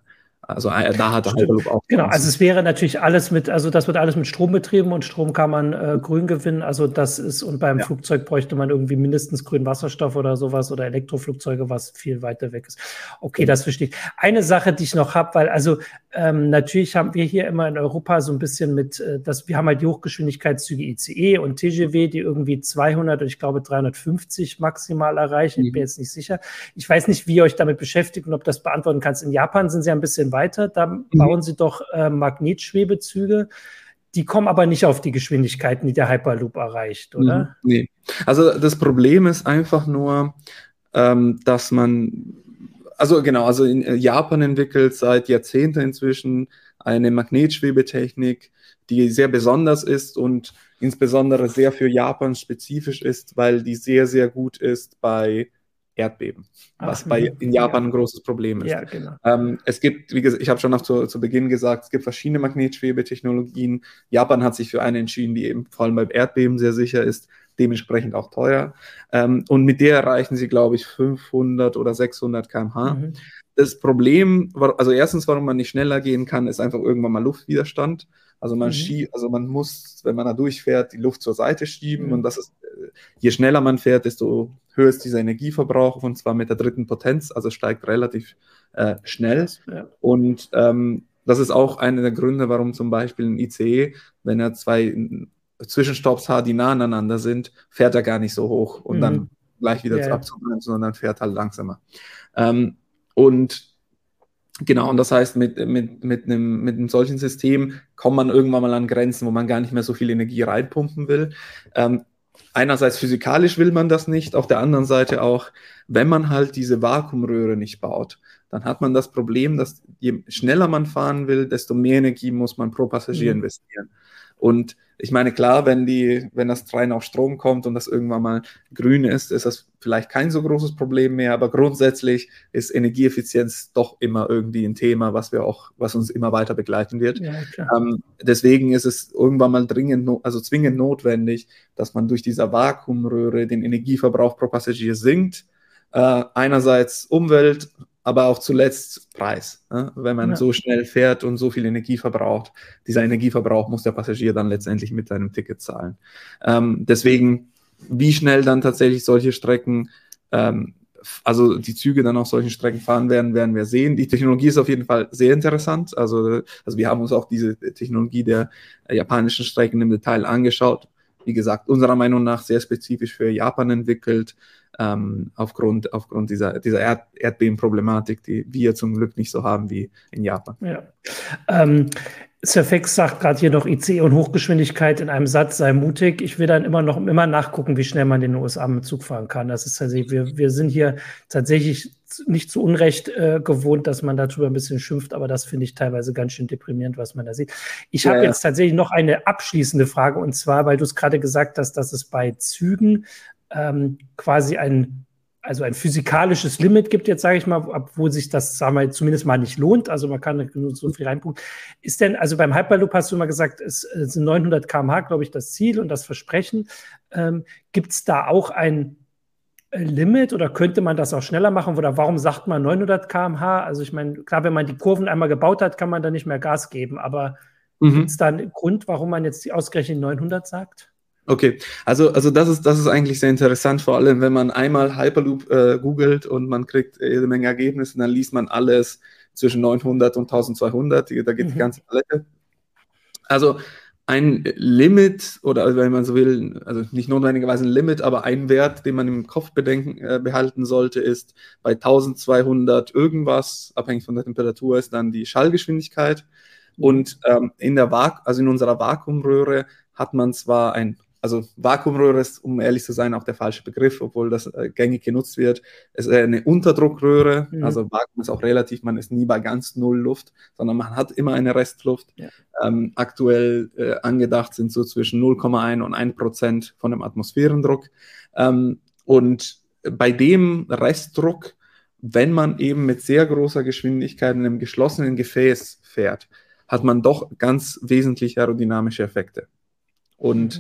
Also äh, da hat der Hyperloop auch. Genau, also es wäre natürlich alles mit, also das wird alles mit Strom betrieben und Strom kann man äh, grün gewinnen. Also das ist, und beim ja. Flugzeug bräuchte man irgendwie mindestens grünen Wasserstoff oder sowas oder Elektroflugzeuge, was viel weiter weg ist. Okay, das verstehe ich. Eine Sache, die ich noch habe, weil also ähm, natürlich haben wir hier immer in Europa so ein bisschen mit, äh, dass wir haben halt die Hochgeschwindigkeitszüge I C E und T G V, die irgendwie zweihundert und ich glaube dreihundertfünfzig maximal erreichen. Ich bin jetzt nicht sicher. Ich weiß nicht, wie ihr euch damit beschäftigt und ob das beantworten kannst. In Japan sind sie ein bisschen weiter. Da mhm. bauen sie doch äh, Magnetschwebezüge. Die kommen aber nicht auf die Geschwindigkeiten, die der Hyperloop erreicht, oder? Mhm. Nee. Also das Problem ist einfach nur, ähm, dass man, also genau, also in Japan entwickelt seit Jahrzehnten inzwischen eine Magnetschwebetechnik, die sehr besonders ist und insbesondere sehr für Japan spezifisch ist, weil die sehr, sehr gut ist bei Erdbeben, was Ach, bei in Japan ja. ein großes Problem ist. Ja, genau. Ähm, es gibt, wie gesagt, ich habe schon noch zu, zu Beginn gesagt, es gibt verschiedene Magnetschwebetechnologien. Japan hat sich für eine entschieden, die eben vor allem beim Erdbeben sehr sicher ist, dementsprechend auch teuer. Ähm, und mit der erreichen sie, glaube ich, fünfhundert oder sechshundert Kilometer pro Stunde. Mhm. Das Problem, also erstens, warum man nicht schneller gehen kann, ist einfach irgendwann mal Luftwiderstand. Also man mhm. schiebt, also man muss, wenn man da durchfährt, die Luft zur Seite schieben. Mhm. Und das ist, je schneller man fährt, desto höher ist dieser Energieverbrauch, und zwar mit der dritten Potenz, also steigt relativ äh, schnell. Ja. Und ähm, das ist auch einer der Gründe, warum zum Beispiel ein I C E, wenn er zwei Zwischenstopps hat, die nah aneinander sind, fährt er gar nicht so hoch und mhm. dann gleich wieder ja. abzubremsen, sondern fährt halt langsamer. Ähm, und Genau, und das heißt, mit, mit, mit, einem, mit einem solchen System kommt man irgendwann mal an Grenzen, wo man gar nicht mehr so viel Energie reinpumpen will. Ähm, einerseits physikalisch will man das nicht, auf der anderen Seite auch, wenn man halt diese Vakuumröhre nicht baut, dann hat man das Problem, dass je schneller man fahren will, desto mehr Energie muss man pro Passagier mhm. investieren. Und ich meine, klar, wenn die, wenn das Train auf Strom kommt und das irgendwann mal grün ist, ist das vielleicht kein so großes Problem mehr, aber grundsätzlich ist Energieeffizienz doch immer irgendwie ein Thema, was wir auch, was uns immer weiter begleiten wird. Ja, ähm, deswegen ist es irgendwann mal dringend, also zwingend notwendig, dass man durch diese Vakuumröhre den Energieverbrauch pro Passagier sinkt. Äh, einerseits Umwelt, aber auch zuletzt Preis. Ne? Wenn man ja. so schnell fährt und so viel Energie verbraucht, dieser Energieverbrauch muss der Passagier dann letztendlich mit seinem Ticket zahlen. Ähm, deswegen, wie schnell dann tatsächlich solche Strecken, ähm, also die Züge dann auf solchen Strecken fahren werden, werden wir sehen. Die Technologie ist auf jeden Fall sehr interessant. Also, also wir haben uns auch diese Technologie der äh, japanischen Strecken im Detail angeschaut. Wie gesagt, unserer Meinung nach sehr spezifisch für Japan entwickelt. Ähm, aufgrund, aufgrund dieser, dieser Erd- Erdbebenproblematik, die wir zum Glück nicht so haben wie in Japan. Ja. Ähm, Surfex sagt gerade hier noch, I C E und Hochgeschwindigkeit in einem Satz sei mutig. Ich will dann immer noch immer nachgucken, wie schnell man in den U S A mit Zug fahren kann. Das ist tatsächlich, wir, wir sind hier tatsächlich nicht zu Unrecht äh, gewohnt, dass man darüber ein bisschen schimpft, aber das finde ich teilweise ganz schön deprimierend, was man da sieht. Ich ja, habe ja. jetzt tatsächlich noch eine abschließende Frage, und zwar, weil du es gerade gesagt hast, dass es bei Zügen ähm, quasi ein also ein physikalisches Limit gibt, jetzt sage ich mal, obwohl sich das, sagen wir, zumindest mal nicht lohnt, also man kann nur so viel reinpumpen. Ist denn, also beim Hyperloop hast du immer gesagt, es sind neunhundert Kilometer pro Stunde, glaube ich, das Ziel und das Versprechen. Ähm, gibt es da auch ein Limit oder könnte man das auch schneller machen? Oder warum sagt man neunhundert Kilometer pro Stunde? Also ich meine, klar, wenn man die Kurven einmal gebaut hat, kann man da nicht mehr Gas geben, aber mhm. gibt es da einen Grund, warum man jetzt die ausgerechnet neunhundert sagt? Okay, also, also das ist, das ist eigentlich sehr interessant, vor allem wenn man einmal Hyperloop äh, googelt und man kriegt jede Menge Ergebnisse, dann liest man alles zwischen neunhundert und zwölfhundert, da geht mhm. die ganze Palette. Also ein Limit, oder wenn man so will, also nicht notwendigerweise ein Limit, aber ein Wert, den man im Kopf bedenken, äh, behalten sollte, ist bei zwölfhundert irgendwas, abhängig von der Temperatur, ist dann die Schallgeschwindigkeit. Und ähm, in der Va- also in unserer Vakuumröhre hat man zwar ein Also Vakuumröhre ist, um ehrlich zu sein, auch der falsche Begriff, obwohl das äh, gängig genutzt wird. Es ist eine Unterdruckröhre, mhm. also Vakuum ist auch relativ, man ist nie bei ganz null Luft, sondern man hat immer eine Restluft. Ja. Ähm, aktuell äh, angedacht sind so zwischen null Komma eins und ein Prozent von dem Atmosphärendruck. Ähm, und bei dem Restdruck, wenn man eben mit sehr großer Geschwindigkeit in einem geschlossenen Gefäß fährt, hat man doch ganz wesentliche aerodynamische Effekte. Und mhm.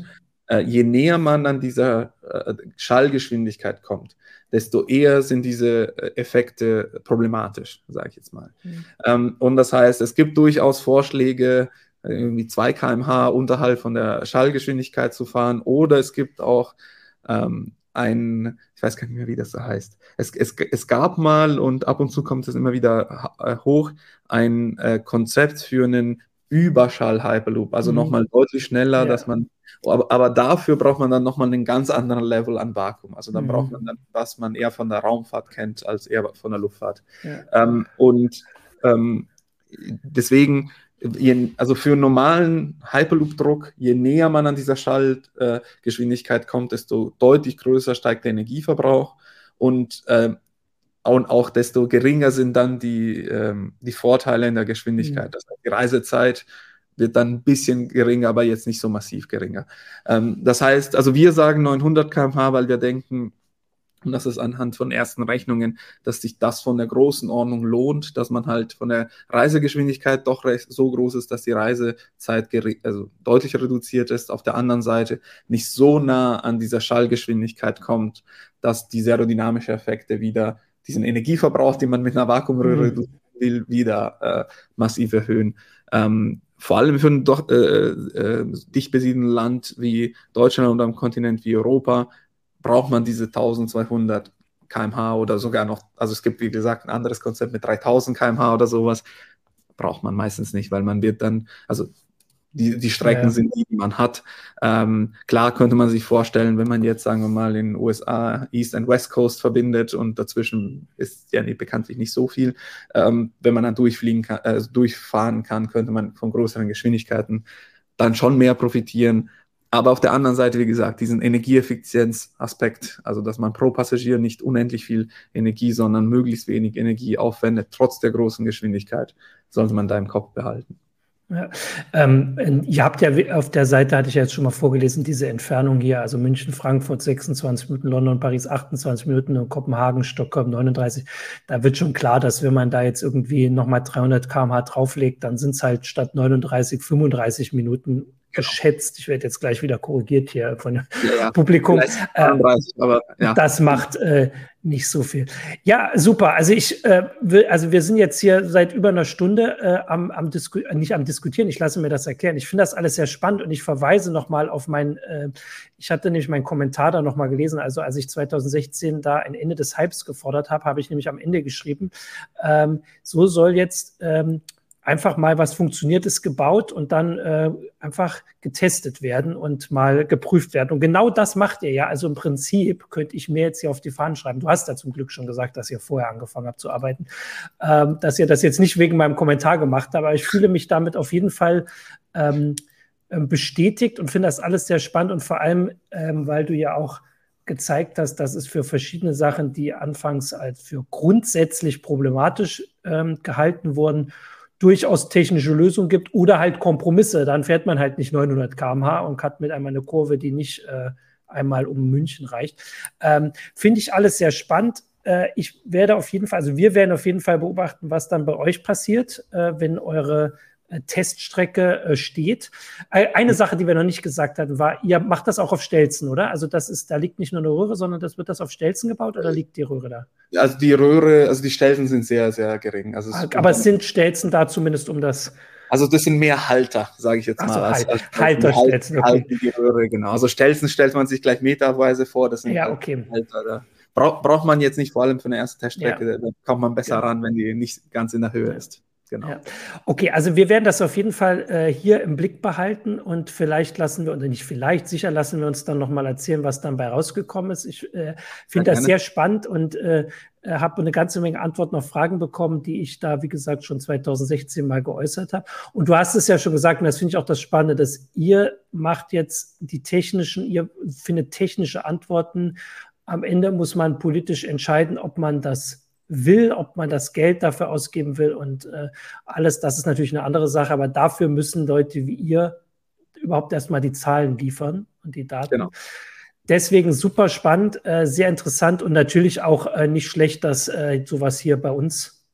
äh, je näher man an dieser äh, Schallgeschwindigkeit kommt, desto eher sind diese äh, Effekte problematisch, sage ich jetzt mal. Mhm. Ähm, und das heißt, es gibt durchaus Vorschläge, irgendwie zwei Kilometer pro Stunde unterhalb von der Schallgeschwindigkeit zu fahren, oder es gibt auch ähm, ein, ich weiß gar nicht mehr, wie das so heißt. Es, es, es gab mal, und ab und zu kommt es immer wieder hoch, ein äh, Konzept für einen Überschall-Hyperloop, also mhm. nochmal deutlich schneller, ja. dass man, aber, aber dafür braucht man dann nochmal einen ganz anderen Level an Vakuum. Also dann mhm. braucht man dann, was man eher von der Raumfahrt kennt, als eher von der Luftfahrt. Ja. Ähm, und ähm, deswegen, je, also für einen normalen Hyperloop-Druck, je näher man an dieser Schallgeschwindigkeit äh, kommt, desto deutlich größer steigt der Energieverbrauch und äh, und auch desto geringer sind dann die, ähm, die Vorteile in der Geschwindigkeit. Mhm. Das heißt, die Reisezeit wird dann ein bisschen geringer, aber jetzt nicht so massiv geringer. Ähm, das heißt, also wir sagen neunhundert Kilometer pro Stunde, weil wir denken, und das ist anhand von ersten Rechnungen, dass sich das von der großen Ordnung lohnt, dass man halt von der Reisegeschwindigkeit doch recht so groß ist, dass die Reisezeit gering, also deutlich reduziert ist, auf der anderen Seite nicht so nah an dieser Schallgeschwindigkeit kommt, dass diese aerodynamischen Effekte wieder diesen Energieverbrauch, den man mit einer Vakuumröhre reduzieren will, wieder äh, massiv erhöhen. Ähm, vor allem für ein doch, äh, äh, dicht besiedeltes Land wie Deutschland und am Kontinent wie Europa braucht man diese eintausendzweihundert Kilometer pro Stunde oder sogar noch, also es gibt, wie gesagt, ein anderes Konzept mit dreitausend Kilometer pro Stunde oder sowas, braucht man meistens nicht, weil man wird dann, also Die, die Strecken ja. sind die, die man hat. Ähm, klar könnte man sich vorstellen, wenn man jetzt, sagen wir mal, in den U S A East and West Coast verbindet und dazwischen ist ja nicht, bekanntlich nicht so viel, ähm, wenn man dann durchfliegen kann, äh, durchfahren kann, könnte man von größeren Geschwindigkeiten dann schon mehr profitieren. Aber auf der anderen Seite, wie gesagt, diesen Energieeffizienzaspekt, also dass man pro Passagier nicht unendlich viel Energie, sondern möglichst wenig Energie aufwendet, trotz der großen Geschwindigkeit, sollte man da im Kopf behalten. Ja. Ähm, ihr habt ja auf der Seite, hatte ich ja jetzt schon mal vorgelesen, diese Entfernung hier, also München, Frankfurt sechsundzwanzig Minuten, London, Paris achtundzwanzig Minuten und Kopenhagen, Stockholm neununddreißig. Da wird schon klar, dass wenn man da jetzt irgendwie nochmal dreihundert Kilometer pro Stunde drauflegt, dann sind es halt statt neununddreißig, fünfunddreißig Minuten geschätzt. Ich werde jetzt gleich wieder korrigiert hier von dem ja, ja. Publikum. dreiunddreißig, äh, aber, ja. Das macht äh, nicht so viel. Ja, super. Also ich äh, will, also wir sind jetzt hier seit über einer Stunde äh, am, am Disku- nicht am Diskutieren. Ich lasse mir das erklären. Ich finde das alles sehr spannend und ich verweise nochmal auf mein, äh, ich hatte nämlich meinen Kommentar da nochmal gelesen. Also als ich zweitausendsechzehn da ein Ende des Hypes gefordert habe, habe ich nämlich am Ende geschrieben, ähm, so soll jetzt ähm, einfach mal was Funktioniertes gebaut und dann äh, einfach getestet werden und mal geprüft werden. Und genau das macht ihr ja. Also im Prinzip könnte ich mir jetzt hier auf die Fahnen schreiben. Du hast da zum Glück schon gesagt, dass ihr vorher angefangen habt zu arbeiten, ähm, dass ihr das jetzt nicht wegen meinem Kommentar gemacht habt, aber ich fühle mich damit auf jeden Fall ähm, bestätigt und finde das alles sehr spannend und vor allem, ähm, weil du ja auch gezeigt hast, dass es für verschiedene Sachen, die anfangs als für grundsätzlich problematisch ähm, gehalten wurden, durchaus technische Lösungen gibt oder halt Kompromisse. Dann fährt man halt nicht neunhundert Kilometer pro Stunde und hat mit einmal eine Kurve, die nicht äh, einmal um München reicht. Ähm, Finde ich alles sehr spannend. Äh, ich werde auf jeden Fall, also wir werden auf jeden Fall beobachten, was dann bei euch passiert, äh, wenn eure äh, Teststrecke äh, steht. Äh, eine Sache, die wir noch nicht gesagt hatten, war, ihr macht das auch auf Stelzen, oder? Also das ist, da liegt nicht nur eine Röhre, sondern das wird das auf Stelzen gebaut oder liegt die Röhre da? Also die Röhre, also die Stelzen sind sehr, sehr gering. Also es aber es sind Stelzen da zumindest um das... Also das sind mehr Halter, sage ich jetzt mal. So, als, als Halterstelzen, halt, okay. Die Röhre, genau. Also Stelzen stellt man sich gleich meterweise vor, das sind ja, okay. Halter. Da Bra- braucht man jetzt nicht, vor allem für eine erste Teststrecke, ja. Da kommt man besser ja. ran, wenn die nicht ganz in der Höhe ist. Genau. Ja. Okay, also wir werden das auf jeden Fall äh, hier im Blick behalten und vielleicht lassen wir, oder nicht vielleicht, sicher lassen wir uns dann nochmal erzählen, was dann bei rausgekommen ist. Ich äh, finde das sehr spannend und äh, habe eine ganze Menge Antworten auf Fragen bekommen, die ich da, wie gesagt, schon zweitausendsechzehn mal geäußert habe. Und du hast es ja schon gesagt, und das finde ich auch das Spannende, dass ihr macht jetzt die technischen, ihr findet technische Antworten. Am Ende muss man politisch entscheiden, ob man das will, ob man das Geld dafür ausgeben will und äh, alles, das ist natürlich eine andere Sache, aber dafür müssen Leute wie ihr überhaupt erstmal die Zahlen liefern und die Daten. Genau. Deswegen super spannend, äh, sehr interessant und natürlich auch äh, nicht schlecht, dass äh, sowas hier bei uns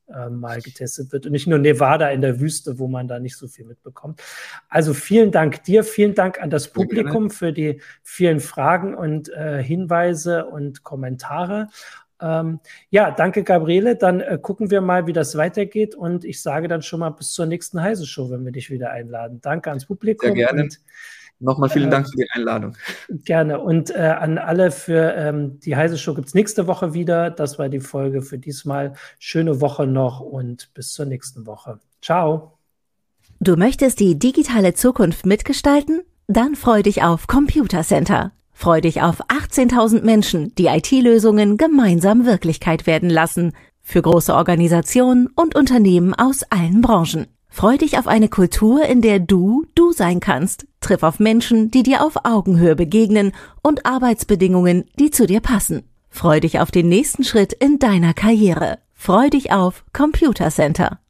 äh, mal getestet wird und nicht nur Nevada in der Wüste, wo man da nicht so viel mitbekommt. Also vielen Dank dir, vielen Dank an das Publikum für die vielen Fragen und äh, Hinweise und Kommentare. Ähm, ja, danke Gabriele, dann äh, gucken wir mal, wie das weitergeht und ich sage dann schon mal bis zur nächsten Heise-Show, wenn wir dich wieder einladen. Danke ans Publikum. Sehr gerne. Und nochmal vielen äh, Dank für die Einladung. Gerne. Und äh, an alle für ähm, die Heise-Show gibt es nächste Woche wieder. Das war die Folge für diesmal. Schöne Woche noch und bis zur nächsten Woche. Ciao. Du möchtest die digitale Zukunft mitgestalten? Dann freu dich auf Computer Center. Freu dich auf achtzehntausend Menschen, die I T-Lösungen gemeinsam Wirklichkeit werden lassen. Für große Organisationen und Unternehmen aus allen Branchen. Freu dich auf eine Kultur, in der du du sein kannst. Triff auf Menschen, die dir auf Augenhöhe begegnen und Arbeitsbedingungen, die zu dir passen. Freu dich auf den nächsten Schritt in deiner Karriere. Freu dich auf Computer Center.